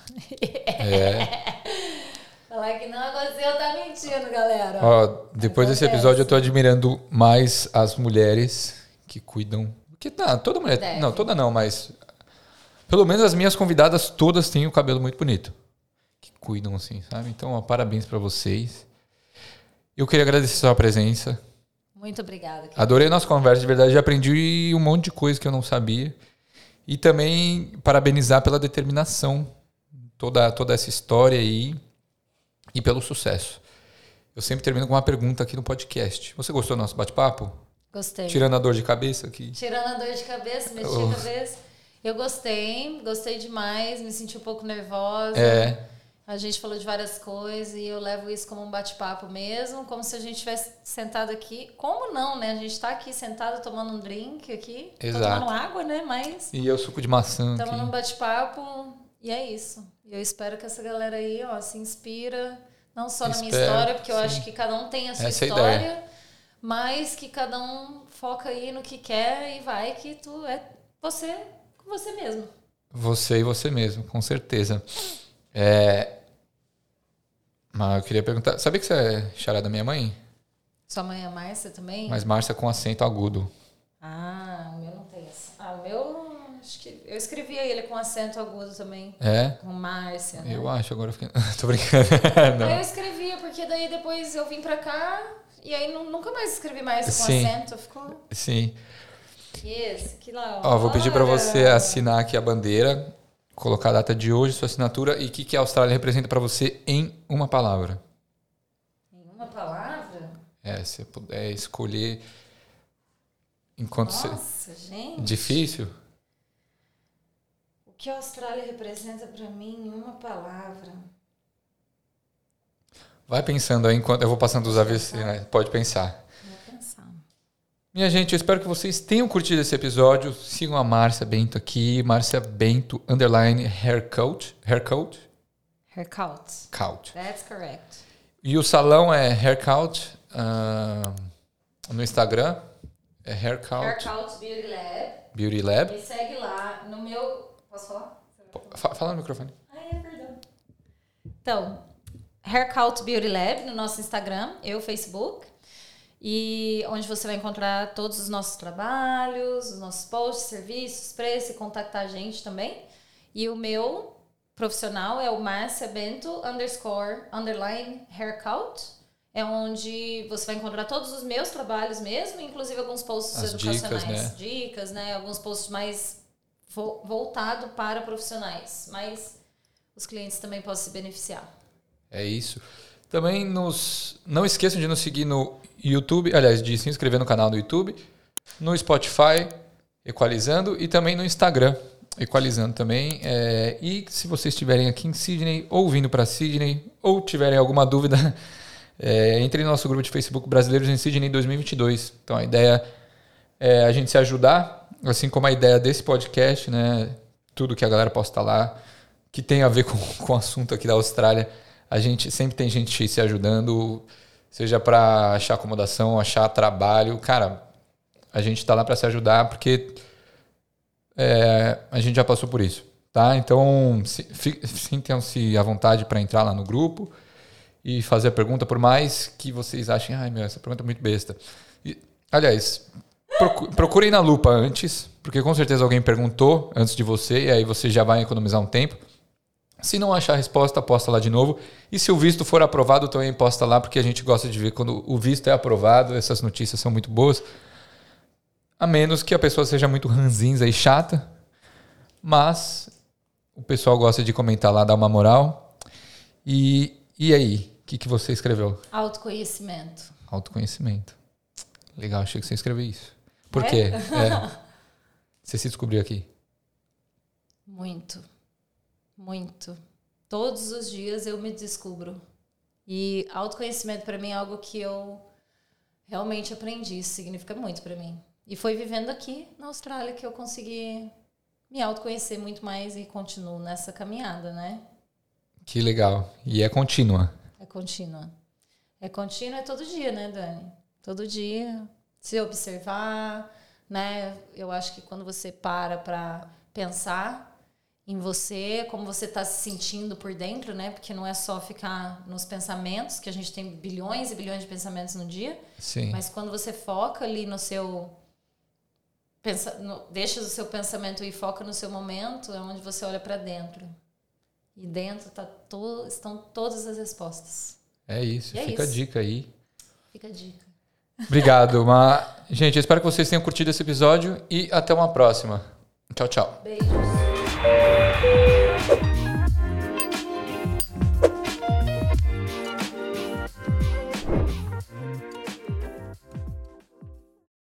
Falar que não aconteceu, tá mentindo, galera. Depois desse episódio eu tô admirando mais as mulheres que cuidam. Porque toda mulher... Deve. Não, toda não, mas... Pelo menos as minhas convidadas todas têm o cabelo muito bonito. Que cuidam assim, sabe? Então, parabéns pra vocês. Eu queria agradecer a sua presença. Muito obrigada. Adorei a nossa conversa, de verdade. Já aprendi um monte de coisa que eu não sabia. E também parabenizar pela determinação, toda essa história aí e pelo sucesso. Eu sempre termino com uma pergunta aqui no podcast. Você gostou do nosso bate-papo? Gostei. Tirando a dor de cabeça aqui. Tirando a dor de cabeça, mexi a cabeça. Eu gostei demais, me senti um pouco nervosa. A gente falou de várias coisas e eu levo isso como um bate-papo mesmo, como se a gente tivesse sentado aqui. Como não, né? A gente tá aqui sentado tomando um drink aqui. Exato. Tô tomando água, né? Mas... E eu suco de maçã aqui. Estamos num bate-papo e é isso. E eu espero que essa galera aí, se inspira, não só na minha história, porque eu acho que cada um tem a sua história, mas que cada um foca aí no que quer e vai que tu é você com você mesmo. Você e você mesmo, com certeza. Mas eu queria perguntar, sabia que você é xará da minha mãe? Sua mãe é Márcia também? Mas Márcia com acento agudo. O meu não tem esse. O meu, acho que eu escrevia ele com acento agudo também. Com Márcia, né? Eu acho, agora eu fiquei... Tô brincando. Não. Eu escrevia, porque daí depois eu vim pra cá e aí nunca mais escrevi Márcia com acento. Ficou... Sim. Que lá, vou pedir pra você assinar aqui a bandeira, colocar a data de hoje, sua assinatura e o que a Austrália representa pra você em uma palavra. Em uma palavra? Se você puder escolher... Enquanto Nossa, gente. Difícil? O que a Austrália representa pra mim em uma palavra? Vai pensando aí enquanto eu vou passando os AVC, né? Pode pensar. Vou pensar. Minha gente, eu espero que vocês tenham curtido esse episódio. Sigam a Márcia Bento aqui, Márcia Bento _haircoach. Haircoach? Haircoach. That's correct. E o salão é Haircoach no Instagram. É Haircoach Beauty Lab. Me segue lá no meu... Posso falar? Fala no microfone. Perdão. Então, Haircoach Beauty Lab no nosso Instagram, Facebook. E onde você vai encontrar todos os nossos trabalhos, os nossos posts, serviços, preço e contactar a gente também. E o meu profissional é o Márcia Bento _haircoach. É onde você vai encontrar todos os meus trabalhos mesmo, inclusive alguns posts educacionais. Dicas, né? Alguns posts mais voltados para profissionais. Mais os clientes também possam se beneficiar. É isso. Também não esqueçam de nos seguir no YouTube, aliás, de se inscrever no canal do YouTube, no Spotify, Equalizando, e também no Instagram, Equalizando também. E se vocês estiverem aqui em Sydney, ou vindo para Sydney, ou tiverem alguma dúvida, entre no nosso grupo de Facebook Brasileiros em Sydney 2022. Então a ideia é a gente se ajudar, assim como a ideia desse podcast, né? Tudo que a galera posta lá, que tem a ver com o assunto aqui da Austrália. A gente sempre tem gente se ajudando, seja para achar acomodação, achar trabalho. Cara, a gente está lá para se ajudar porque a gente já passou por isso, tá? Então, sintam-se à vontade para entrar lá no grupo e fazer a pergunta, por mais que vocês achem, essa pergunta é muito besta. Aliás, procurem na lupa antes, porque com certeza alguém perguntou antes de você e aí você já vai economizar um tempo. Se não achar a resposta, posta lá de novo. E se o visto for aprovado, também posta lá, porque a gente gosta de ver quando o visto é aprovado. Essas notícias são muito boas. A menos que a pessoa seja muito ranzinza e chata. Mas o pessoal gosta de comentar lá, dar uma moral. E aí? O que você escreveu? Autoconhecimento. Autoconhecimento. Legal, achei que você escreveu isso. Por quê? Você se descobriu aqui? Muito. Todos os dias eu me descubro. E autoconhecimento para mim é algo que eu realmente aprendi. Isso significa muito para mim. E foi vivendo aqui na Austrália que eu consegui me autoconhecer muito mais e continuo nessa caminhada, né? Que legal. E é contínua. É contínua. É contínua, é todo dia, né, Dani? Todo dia. Se observar, né? Eu acho que quando você para pensar em você, como você está se sentindo por dentro, né? Porque não é só ficar nos pensamentos, que a gente tem bilhões e bilhões de pensamentos no dia. Sim. Mas quando você foca ali no seu... deixa o seu pensamento e foca no seu momento, é onde você olha para dentro. E dentro estão todas as respostas. É isso. Fica a dica aí. Fica a dica. Obrigado, gente, eu espero que vocês tenham curtido esse episódio e até uma próxima. Tchau, tchau. Beijos.